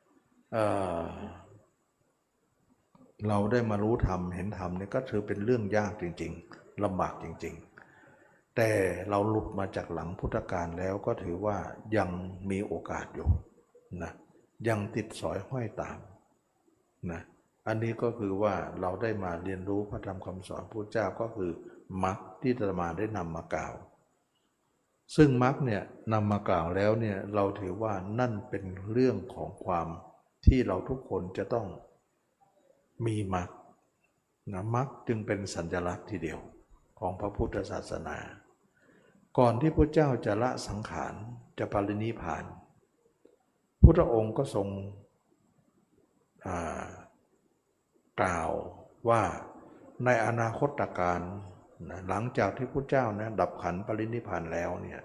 A: เราได้มารู้ธรรมเห็นธรรมนี่ก็ถือเป็นเรื่องยากจริงๆลำบากจริงๆแต่เราหลุดมาจากหลังพุทธกาลแล้วก็ถือว่ายังมีโอกาสอยู่นะยังติดสอยห้อยตามนะอันนี้ก็คือว่าเราได้มาเรียนรู้พระธรรมคำสอนพระเจ้าก็คือมรรคที่อาตมาได้นำมากล่าวซึ่งมรรคเนี่ยนำมากล่าวแล้วเนี่ยเราถือว่านั่นเป็นเรื่องของความที่เราทุกคนจะต้องมีมรรคนะมรรคจึงเป็นสัญลักษณ์ทีเดียวของพระพุทธศาสนาก่อนที่พระเจ้าจะละสังขารจะปรินิพพานพุทธองค์ก็ทรงกล่าวว่าในอนาคตการนะหลังจากที่พระเจ้านะดับขันธ์ปรินิพพานแล้วเนี่ย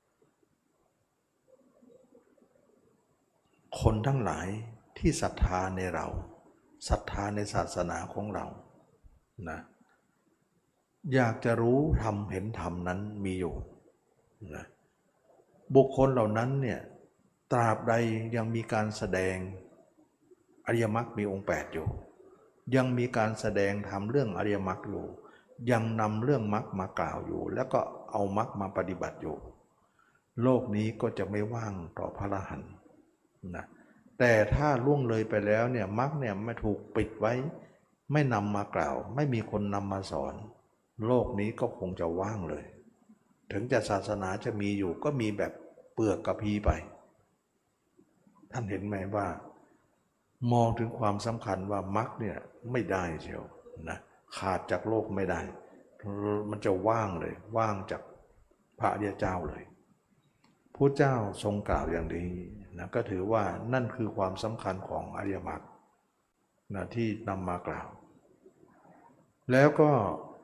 A: คนทั้งหลายที่ศรัทธาในเราศรัทธาในศาสนาของเรานะอยากจะรู้ธรรมเห็นธรรมนั้นมีอยู่นะบุคคลเหล่านั้นเนี่ยตราบใดยังมีการแสดงอริยมรรคมีองค์8อยู่ยังมีการแสดงธรรมเรื่องอริยมรรคอยู่ยังนำเรื่องมรรคมากล่าวอยู่แล้วก็เอามรรคมาปฏิบัติอยู่โลกนี้ก็จะไม่ว่างต่อพระอรหันต์นะแต่ถ้าล่วงเลยไปแล้วเนี่ยมรรคเนี่ยไม่ถูกปิดไว้ไม่นำมากล่าวไม่มีคนนำมาสอนโลกนี้ก็คงจะว่างเลยถึงจะศาสนาจะมีอยู่ก็มีแบบเปลือกกระพี้ไปท่านเห็นไหมว่ามองถึงความสำคัญว่ามรรคเนี่ยไม่ได้เชียวนะขาดจากโลกไม่ได้มันจะว่างเลยว่างจากพระอริยเจ้าเลยพระเจ้าทรงกล่าวอย่างนี้นะก็ถือว่านั่นคือความสำคัญของอริยมรรคนะที่นำมากล่าวแล้วก็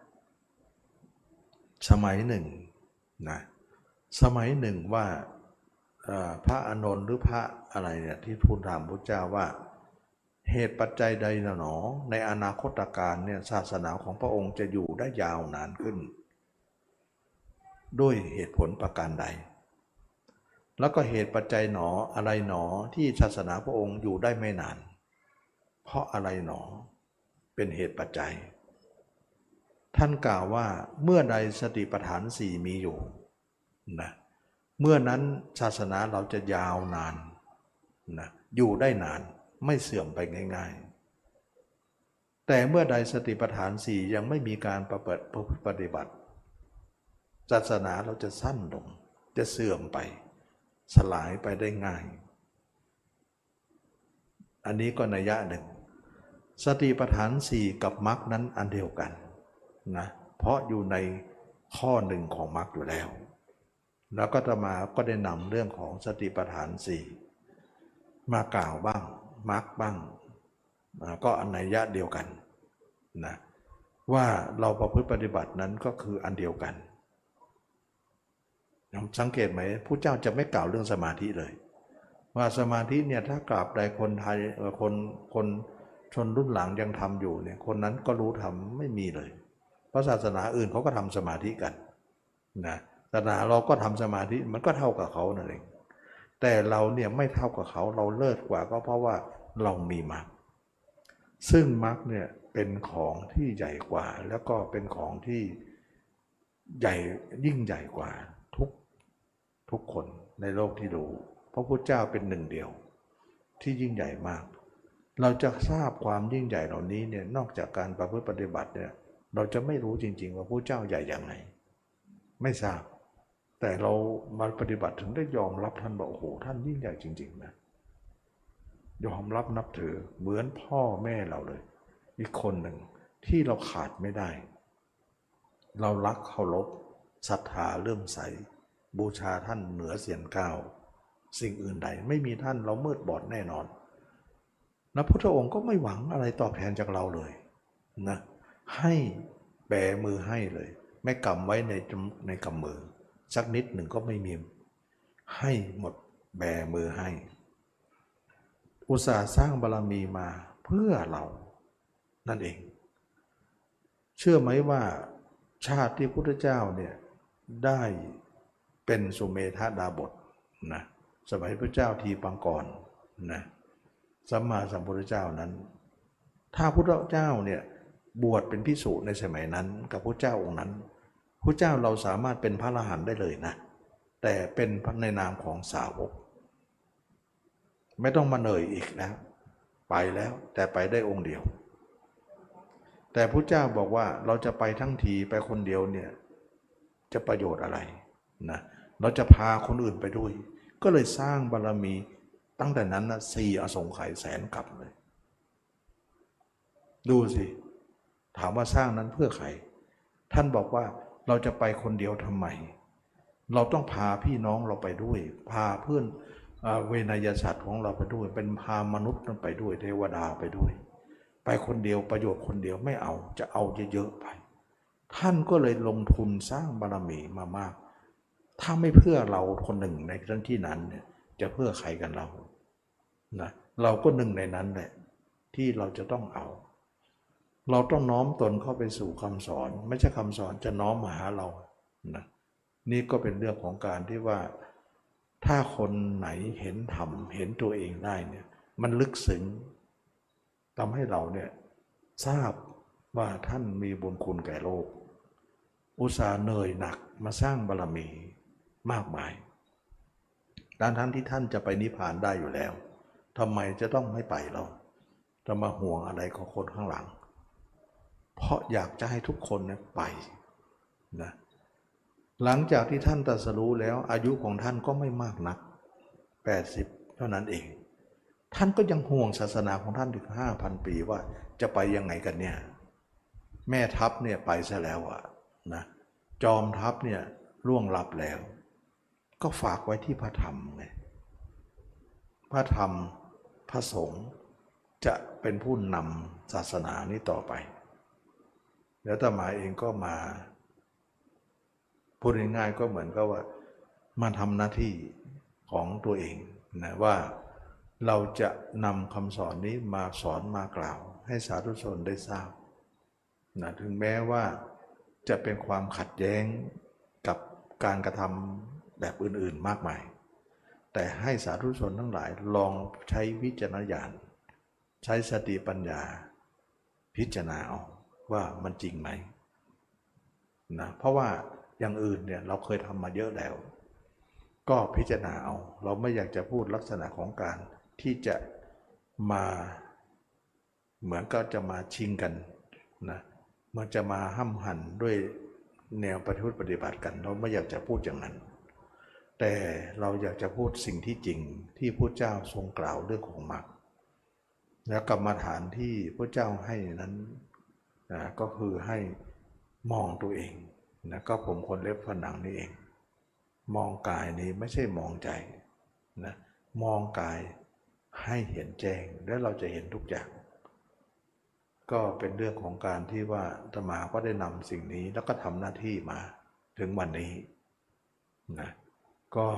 A: สมัยหนึ่งนะสมัยหนึ่งว่าพระอานนท์หรือพระอะไรเนี่ยที่ทูลถามพระเจ้าว่าเหตุปัจจัยใดหนอในอนาคตการเนี่ยศาสนาของพระองค์จะอยู่ได้ยาวนานขึ้นด้วยเหตุผลประการใดแล้วก็เหตุปัจจัยหนออะไรหนอที่ศาสนาพระองค์อยู่ได้ไม่นานเพราะอะไรหนอเป็นเหตุปัจจัยท่านกล่าวว่าเมื่อใดสติปัฏฐานสี่มีอยู่นะเมื่อนั้นศาสนาเราจะยาวนานนะอยู่ได้นานไม่เสื่อมไปง่ายๆแต่เมื่อใดสติปัฏฐานสี่ยังไม่มีการปฏิบัติศาสนาเราจะสั้นลงจะเสื่อมไปสลายไปได้ง่ายอันนี้ก็นัยยะหนึ่งสติปัฏฐานสี่กับมรรคนั้นอันเดียวกันนะเพราะอยู่ในข้อหนึ่งของมรรคอยู่แล้วแล้วก็อาตมาก็ได้นำเรื่องของสติปัฏฐานสี่มากล่าวบ้างมรรคบ้างก็อันนัยยะเดียวกันนะว่าเราประพฤติปฏิบัตินั้นก็คืออันเดียวกันสังเกตไหมผู้เจ้าจะไม่กล่าวเรื่องสมาธิเลยว่าสมาธิเนี่ยถ้ากราบใดคนไทยคนชนรุ่นหลังยังทำอยู่เนี่ยคนนั้นก็รู้ทำไม่มีเลยเพราะศาสนาอื่นเขาก็ทำสมาธิกันนะศาสนาเราก็ทำสมาธิมันก็เท่ากับเขานั่นเองแต่เราเนี่ยไม่เท่ากับเขาเราเลิศกว่าก็เพราะว่าเรามีมรรคซึ่งมรรคเนี่ยเป็นของที่ใหญ่กว่าแล้วก็เป็นของที่ใหญ่ยิ่งใหญ่กว่าทุกคนในโลกที่รู้เพราะพระเจ้าเป็นหนึ่งเดียวที่ยิ่งใหญ่มากเราจะทราบความยิ่งใหญ่เหล่านี้เนี่ยนอกจากการประพฤติปฏิบัติเนี่ยเราจะไม่รู้จริงๆว่าพระเจ้าใหญ่อย่างไรไม่ทราบแต่เรามาปฏิบัติถึงได้ยอมรับท่านบอกโอ้โหท่านยิ่งใหญ่จริงๆนะยอมรับนับถือเหมือนพ่อแม่เราเลยอีกคนหนึ่งที่เราขาดไม่ได้เรารักเคารพศรัทธาเลื่อมใสบูชาท่านเหนือเสียงก้าวสิ่งอื่นใดไม่มีท่านเรามืดบอดแน่นอนพระพุทธองค์ก็ไม่หวังอะไรตอบแทนจากเราเลยนะให้แบมือให้เลยไม่กำไว้ในกำมือสักนิดหนึ่งก็ไม่มีให้หมดแบมือให้อุตส่าห์สร้างบารมีมาเพื่อเรานั่นเองเชื่อไหมว่าชาติที่พุทธเจ้าเนี่ยได้เป็นสุเมธาดาบทนะสมัยพระเจ้าทีปังกรนะสัมมาสัมพุทธเจ้านั้นถ้าพุทธเจ้าเนี่ยบวชเป็นภิกษุในสมัยนั้นกับพระเจ้าองค์นั้นพระเจ้าเราสามารถเป็นพระอรหันต์ได้เลยนะแต่เป็นในนามของสาวกไม่ต้องมาเหนื่อยอีกแล้วไปแล้วแต่ไปได้องค์เดียวแต่พระเจ้าบอกว่าเราจะไปทั้งทีไปคนเดียวเนี่ยจะประโยชน์อะไรนะเราจะพาคนอื่นไปด้วยก็เลยสร้างบารมีตั้งแต่นั้นนะ4 อสงไขยแสนกับเลยดูสิถามว่าสร้างนั้นเพื่อใครท่านบอกว่าเราจะไปคนเดียวทำไมเราต้องพาพี่น้องเราไปด้วยพาเพื่อนเวนยสัตว์ของเราไปด้วยเป็นพามนุษย์นั้นไปด้วยเทวดาไปด้วยไปคนเดียวประโยชน์คนเดียวไม่เอาจะเอาเยอะๆไปท่านก็เลยลงทุนสร้างบารมีมามากถ้าไม่เพื่อเราคนหนึ่งในที่นั้นเนี่ยจะเพื่อใครกันเรานะเราก็หนึ่งในนั้นแหละที่เราจะต้องเอาเราต้องน้อมตนเข้าไปสู่คำสอนไม่ใช่คำสอนจะน้อมมาหาเรานะนี่ก็เป็นเรื่องของการที่ว่าถ้าคนไหนเห็นธรรมเห็นตัวเองได้เนี่ยมันลึกซึ้งทำให้เราเนี่ยทราบว่าท่านมีบุญคุณแก่โลกอุตส่าห์เหนื่อยหนักมาสร้างบารมีมากมายทั้งที่ท่านจะไปนิพพานได้อยู่แล้วทำไมจะต้องไม่ไปเราจะมาห่วงอะไรของคนข้างหลังเพราะอยากจะให้ทุกคนเนี่ยไปนะหลังจากที่ท่านตรัสรู้แล้วอายุของท่านก็ไม่มากนัก80เท่านั้นเองท่านก็ยังห่วงศาสนาของท่านถึง 5,000 ปีว่าจะไปยังไงกันเนี่ยแม่ทัพเนี่ยไปซะแล้วอะนะจอมทัพเนี่ยล่วงลับแล้วก็ฝากไว้ที่พระธรรมไงพระธรรมพระสงฆ์จะเป็นผู้นำศาสนานี้ต่อไปแล้วอาตมาเองก็มาพูดง่ายๆก็เหมือนกับว่ามาทำหน้าที่ของตัวเองนะว่าเราจะนำคำสอนนี้มาสอนมากล่าวให้สาธุชนได้ทราบนะถึงแม้ว่าจะเป็นความขัดแย้งกับการกระทำแบบอื่นๆมากมายแต่ให้สาธุชนทั้งหลายลองใช้วิจารณญาณใช้สติปัญญาพิจารณาเอาว่ามันจริงไหมนะเพราะว่าอย่างอื่นเนี่ยเราเคยทำมาเยอะแล้วก็พิจารณาเอาเราไม่อยากจะพูดลักษณะของการที่จะมาเหมือนก็จะมาชิงกันนะมันจะมาห้ำหั่นด้วยแนวปฏิบัติกันเราไม่อยากจะพูดอย่างนั้นแต่เราอยากจะพูดสิ่งที่จริงที่พระเจ้าทรงกล่าวเรื่องของมรรคและกรรมฐานที่พระเจ้าให้นั้นนะก็คือให้มองตัวเองนะก็ผมคนเล็บฝันหนังนี่เองมองกายนี้ไม่ใช่มองใจนะมองกายให้เห็นแจ้งแล้วเราจะเห็นทุกอย่างก็เป็นเรื่องของการที่ว่าอาตมาก็ได้นำสิ่งนี้แล้วก็ทำหน้าที่มาถึงวันนี้นะก็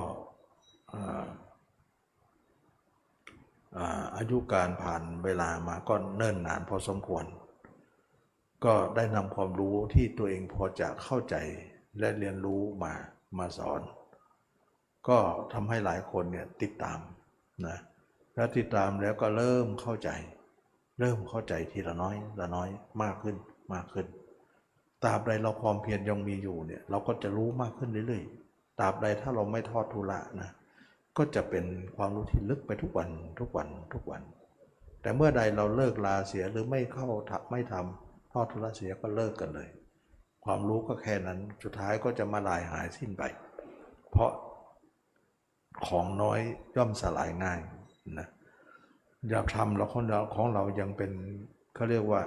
A: อายุการผ่านเวลามาก็เนิ่นนานพอสมควรก็ได้นำความรู้ที่ตัวเองพอจะเข้าใจและเรียนรู้มาสอนก็ทำให้หลายคนเนี่ยติดตามนะแล้วติดตามแล้วก็เริ่มเข้าใจทีละน้อยมากขึ้นตราบใดเราความเพียรยังมีอยู่เนี่ยเราก็จะรู้มากขึ้นเรื่อยๆตราบใดถ้าเราไม่ทอดทุระนะก็จะเป็นความรู้ที่ลึกไปทุกวันแต่เมื่อใดเราเลิกลาเสียหรือไม่ทำทอดทุระเสียก็เลิกกันเลยความรู้ก็แค่นั้นสุดท้ายก็จะมาลายหายสิ้นไปเพราะของน้อยย่อมสลายง่ายนะอย่าทำเราของเรายังเป็นเขาเรียกว่า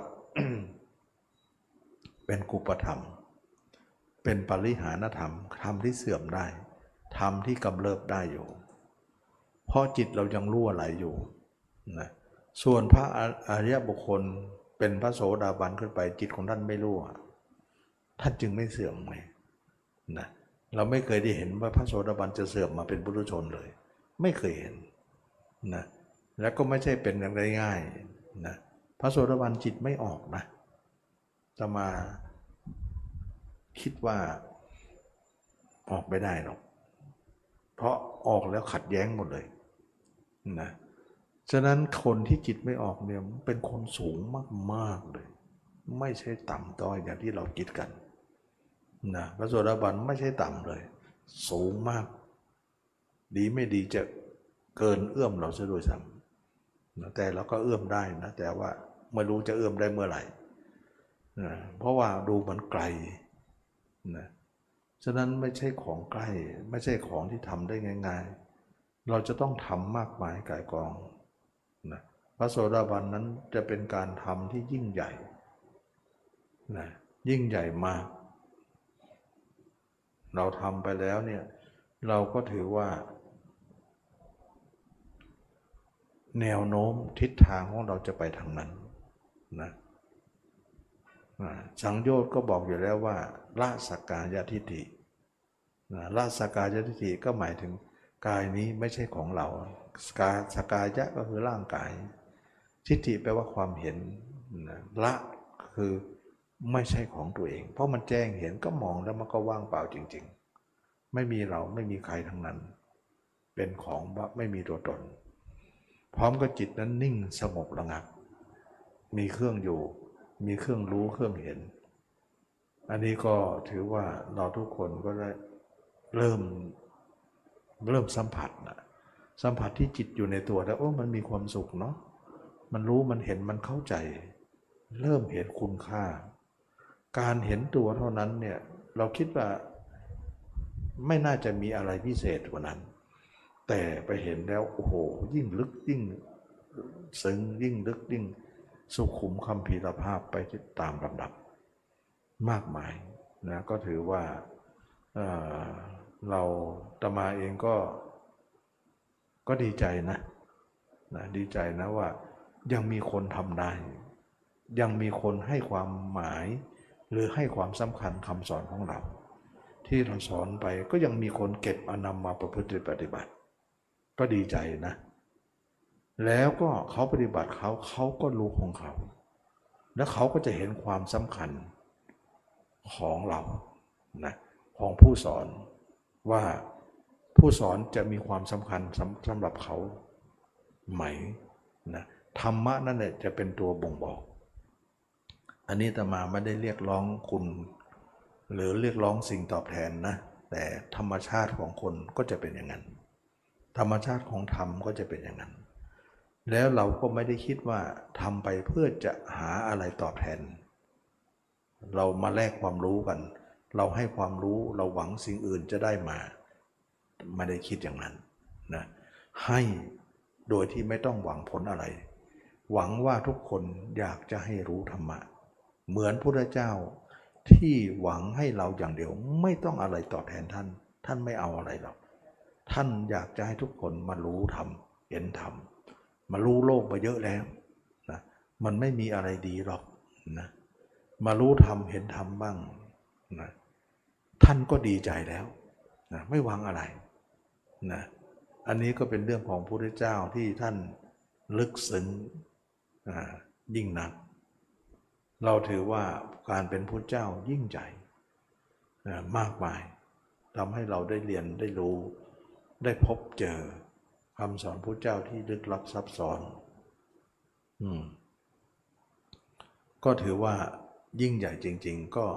A: เป็นกุปธรรมเป็นปริหานธรรมธรรมที่เสื่อมได้ธรรมที่กำเริบได้อยู่เพราะจิตเรายังรั่วไหลอยู่นะส่วนพระอริยบุคคลเป็นพระโสดาบันขึ้นไปจิตของท่านไม่รั่วท่านจึงไม่เสื่อมไงนะเราไม่เคยได้เห็นว่าพระโสดาบันจะเสื่อมมาเป็นปุถุชนเลยไม่เคยเห็นนะแล้วก็ไม่ใช่เป็นอย่างง่ายๆนะพระโสดาบันจิตไม่ออกนะจะมาคิดว่าออกไม่ได้หรอกเพราะออกแล้วขัดแย้งหมดเลยนะฉะนั้นคนที่จิตไม่ออกเนี่ยเป็นคนสูงมากๆเลยไม่ใช่ต่ำต้อยอย่างที่เราคิดกันนะพระโสดาบันไม่ใช่ต่ำเลยสูงมากดีไม่ดีจะเกินเอื้อมเราซะด้วยซ้ำนะแต่เราก็เอื้อมได้นะแต่ว่าไม่รู้จะเอื้อมได้เมื่อไหร่นะเพราะว่าดูเหมือนไกลนะฉะนั้นไม่ใช่ของใกล้ไม่ใช่ของที่ทำได้ง่ายๆเราจะต้องทำมากมายก่ายกองนะพระโสดาบันนั้นจะเป็นการทำที่ยิ่งใหญ่นะยิ่งใหญ่มากเราทำไปแล้วเนี่ยเราก็ถือว่าแนวโน้มทิศทางของเราจะไปทางนั้นนะสังโยชน์ก็บอกอยู่แล้วว่าละสักกายทิฏฐิละสักกายทิฏฐิก็หมายถึงกายนี้ไม่ใช่ของเราสักกายะก็คือร่างกายทิฏฐิแปลว่าความเห็นละคือไม่ใช่ของตัวเองเพราะมันแจ้งเห็นก็มองแล้วมันก็ว่างเปล่าจริงๆไม่มีเราไม่มีใครทั้งนั้นเป็นของไม่มีตัวตนพร้อมกับจิตนั้นนิ่งสงบระงับมีเครื่องอยู่มีเครื่องรู้เครื่องเห็นอันนี้ก็ถือว่าเราทุกคนก็ได้เริ่มสัมผัสนะสัมผัสที่จิตอยู่ในตัวแล้วมันมีความสุขเนาะมันรู้มันเห็นมันเข้าใจเริ่มเห็นคุณค่าการเห็นตัวเท่านั้นเนี่ยเราคิดว่าไม่น่าจะมีอะไรพิเศษกว่านั้นแต่ไปเห็นแล้วโอ้โหยิ่งลึกยิ่งซึ้งยิ่งลึกยิ่งสุขุมคัมภีรภาพไปตามลำดับมากมายนะก็ถือว่าเราอาตมาเองก็ดีใจนะดีใจนะว่ายังมีคนทำได้ยังมีคนให้ความหมายหรือให้ความสำคัญคำสอนของเราที่เราสอนไปก็ยังมีคนเก็บเอานำมาประพฤติปฏิบัติก็ดีใจนะแล้วก็เขาปฏิบัติเขาก็รู้ของเขาแล้วเขาก็จะเห็นความสำคัญของเรานะของผู้สอนว่าผู้สอนจะมีความสำคัญสำหรับเขาไหมนะธรรมะนั่นแหละจะเป็นตัวบ่งบอกอันนี้อาตมาไม่ได้เรียกร้องคุณหรือเรียกร้องสิ่งตอบแทนนะแต่ธรรมชาติของคนก็จะเป็นอย่างนั้นธรรมชาติของธรรมก็จะเป็นอย่างนั้นแล้วเราก็ไม่ได้คิดว่าทำไปเพื่อจะหาอะไรตอบแทนเรามาแลกความรู้กันเราให้ความรู้เราหวังสิ่งอื่นจะได้มาไม่ได้คิดอย่างนั้นนะให้โดยที่ไม่ต้องหวังผลอะไรหวังว่าทุกคนอยากจะให้รู้ธรรมะเหมือนพระพุทธเจ้าที่หวังให้เราอย่างเดียวไม่ต้องอะไรตอบแทนท่านไม่เอาอะไรหรอกท่านอยากจะให้ทุกคนมารู้ธรรมเห็นธรรมมารู้โลกมาเยอะแล้วนะมันไม่มีอะไรดีหรอกนะมารู้ธรรมเห็นธรรมบ้างนะท่านก็ดีใจแล้วนะไม่หวังอะไรนะอันนี้ก็เป็นเรื่องของพระพุทธเจ้าที่ท่านลึกซึ้งยิ่งนักเราถือว่าการเป็นพุทธเจ้ายิ่งใหญ่มากมายทำให้เราได้เรียนได้รู้ได้พบเจอคำสอนพุทธเจ้าที่ลึกลับซับซ้อนก็ถือว่ายิ่งใหญ่จริงๆก็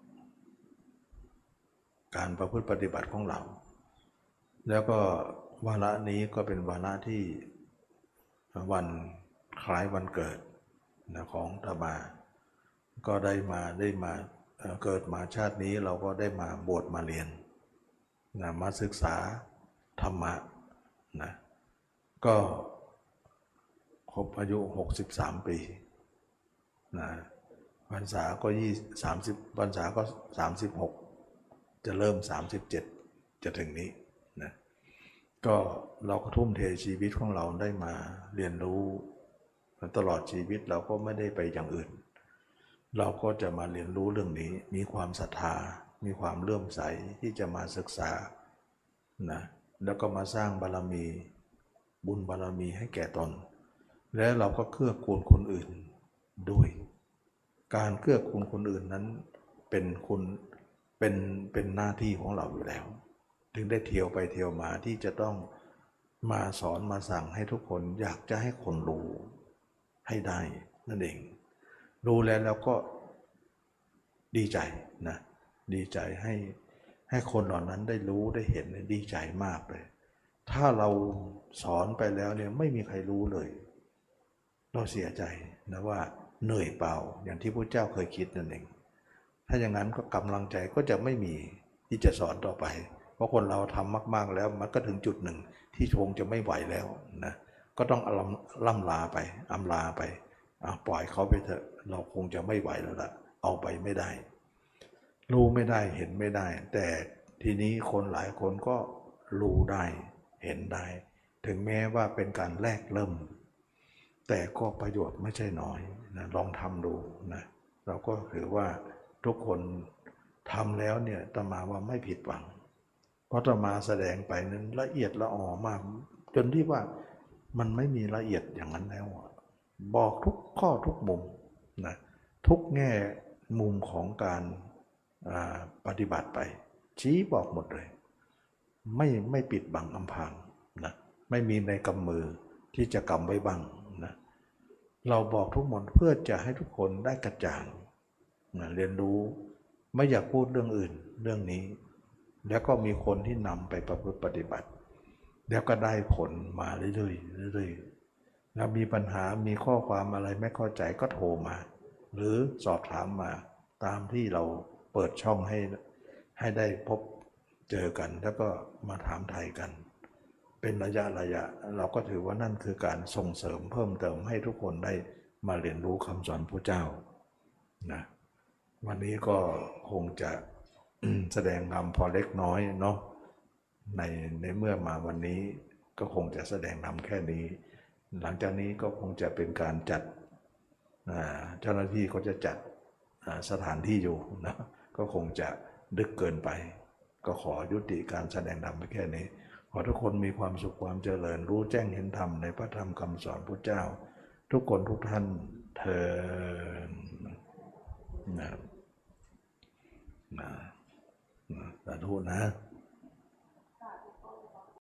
A: การประพฤติปฏิบัติของเราแล้วก็วาระนี้ก็เป็นวาระที่วันคล้ายวันเกิดของอาตมาก็ได้มาเกิดมาชาตินี้เราก็ได้มาบวชมาเรียนมาศึกษาธรรมะนะก็ครบอายุ63ปีนะพรรษาก็30พรรษาก็36จะเริ่ม37จะถึงนี้นะก็เราก็ทุ่มเทชีวิตของเราได้มาเรียนรู้ตลอดชีวิตเราก็ไม่ได้ไปอย่างอื่นเราก็จะมาเรียนรู้เรื่องนี้มีความศรัทธามีความเลื่อมใสที่จะมาศึกษานะแล้วก็มาสร้างบารมีบุญบารมีให้แก่ตนและเราก็เกื้อกูลคนอื่นด้วยการเกื้อกูลคนอื่นนั้นเป็นคุณเป็นหน้าที่ของเราอยู่แล้วถึงได้เที่ยวไปเที่ยวมาที่จะต้องมาสอนมาสั่งให้ทุกคนอยากจะให้คนรู้ให้ได้นั่นเองรู้แล้วก็ดีใจนะดีใจให้คนเหล่านั้นได้รู้ได้เห็นดีใจมากเลยถ้าเราสอนไปแล้วเนี่ยไม่มีใครรู้เลยเราเสียใจนะว่าเหนื่อยเปล่าอย่างที่พระเจ้าเคยคิดนั่นเองถ้าอย่างนั้นก็กำลังใจก็จะไม่มีที่จะสอนต่อไปเพราะคนเราทำมากๆแล้วมันก็ถึงจุดหนึ่งที่คงจะไม่ไหวแล้วนะก็ต้องล่ำลาไปอำลาไปปล่อยเขาไปเถอะเราคงจะไม่ไหวแล้วล่ะเอาไปไม่ได้รู้ไม่ได้เห็นไม่ได้แต่ทีนี้คนหลายคนก็รู้ได้เห็นได้ถึงแม้ว่าเป็นการแลกเริ่มแต่ก็ประโยชน์ไม่ใช่น้อยนะลองทำดูนะเราก็ถือว่าทุกคนทำแล้วเนี่ยอาตมาว่าไม่ผิดหวังเพราะอาตมาแสดงไปนั้นละเอียดละออมากจนที่ว่ามันไม่มีละเอียดอย่างนั้นแล้วบอกทุกข้อทุกมุมนะทุกแง่มุมของการปฏิบัติไปชี้บอกหมดเลยไม่ปิดบังอำพรางนะไม่มีในกำมือที่จะกำไว้บังนะเราบอกทุกหมดเพื่อจะให้ทุกคนได้กระจ่างนะเรียนรู้ไม่อยากพูดเรื่องอื่นเรื่องนี้แล้วก็มีคนที่นำไปประพฤติปฏิบัติแล้วก็ได้ผลมาเรื่อยๆเรื่อยๆแล้วมีปัญหามีข้อความอะไรไม่เข้าใจก็โทรมาหรือสอบถามมาตามที่เราเปิดช่องให้ได้พบเจอกันแล้วก็มาถามไทยกันเป็นระยะเราก็ถือว่านั่นคือการส่งเสริมเพิ่มเติมให้ทุกคนได้มาเรียนรู้คำสอนพระเจ้านะวันนี้ก็คงจะ แสดงธรรมพอเล็กน้อยเนาะในเมื่อมาวันนี้ก็คงจะแสดงธรรมแค่นี้หลังจากนี้ก็คงจะเป็นการจัดเจ้าหน้าที่เขาจะจัดสถานที่อยู่นะก็คงจะดึกเกินไปก็ขอยุติการแสดงธรรมไปแค่นี้ขอทุกคนมีความสุขความเจริญรู้แจ้งเห็นธรรมในพระธรรมคำสอนพระเจ้าทุกคนทุกท่านเทอญนะสาธุนะ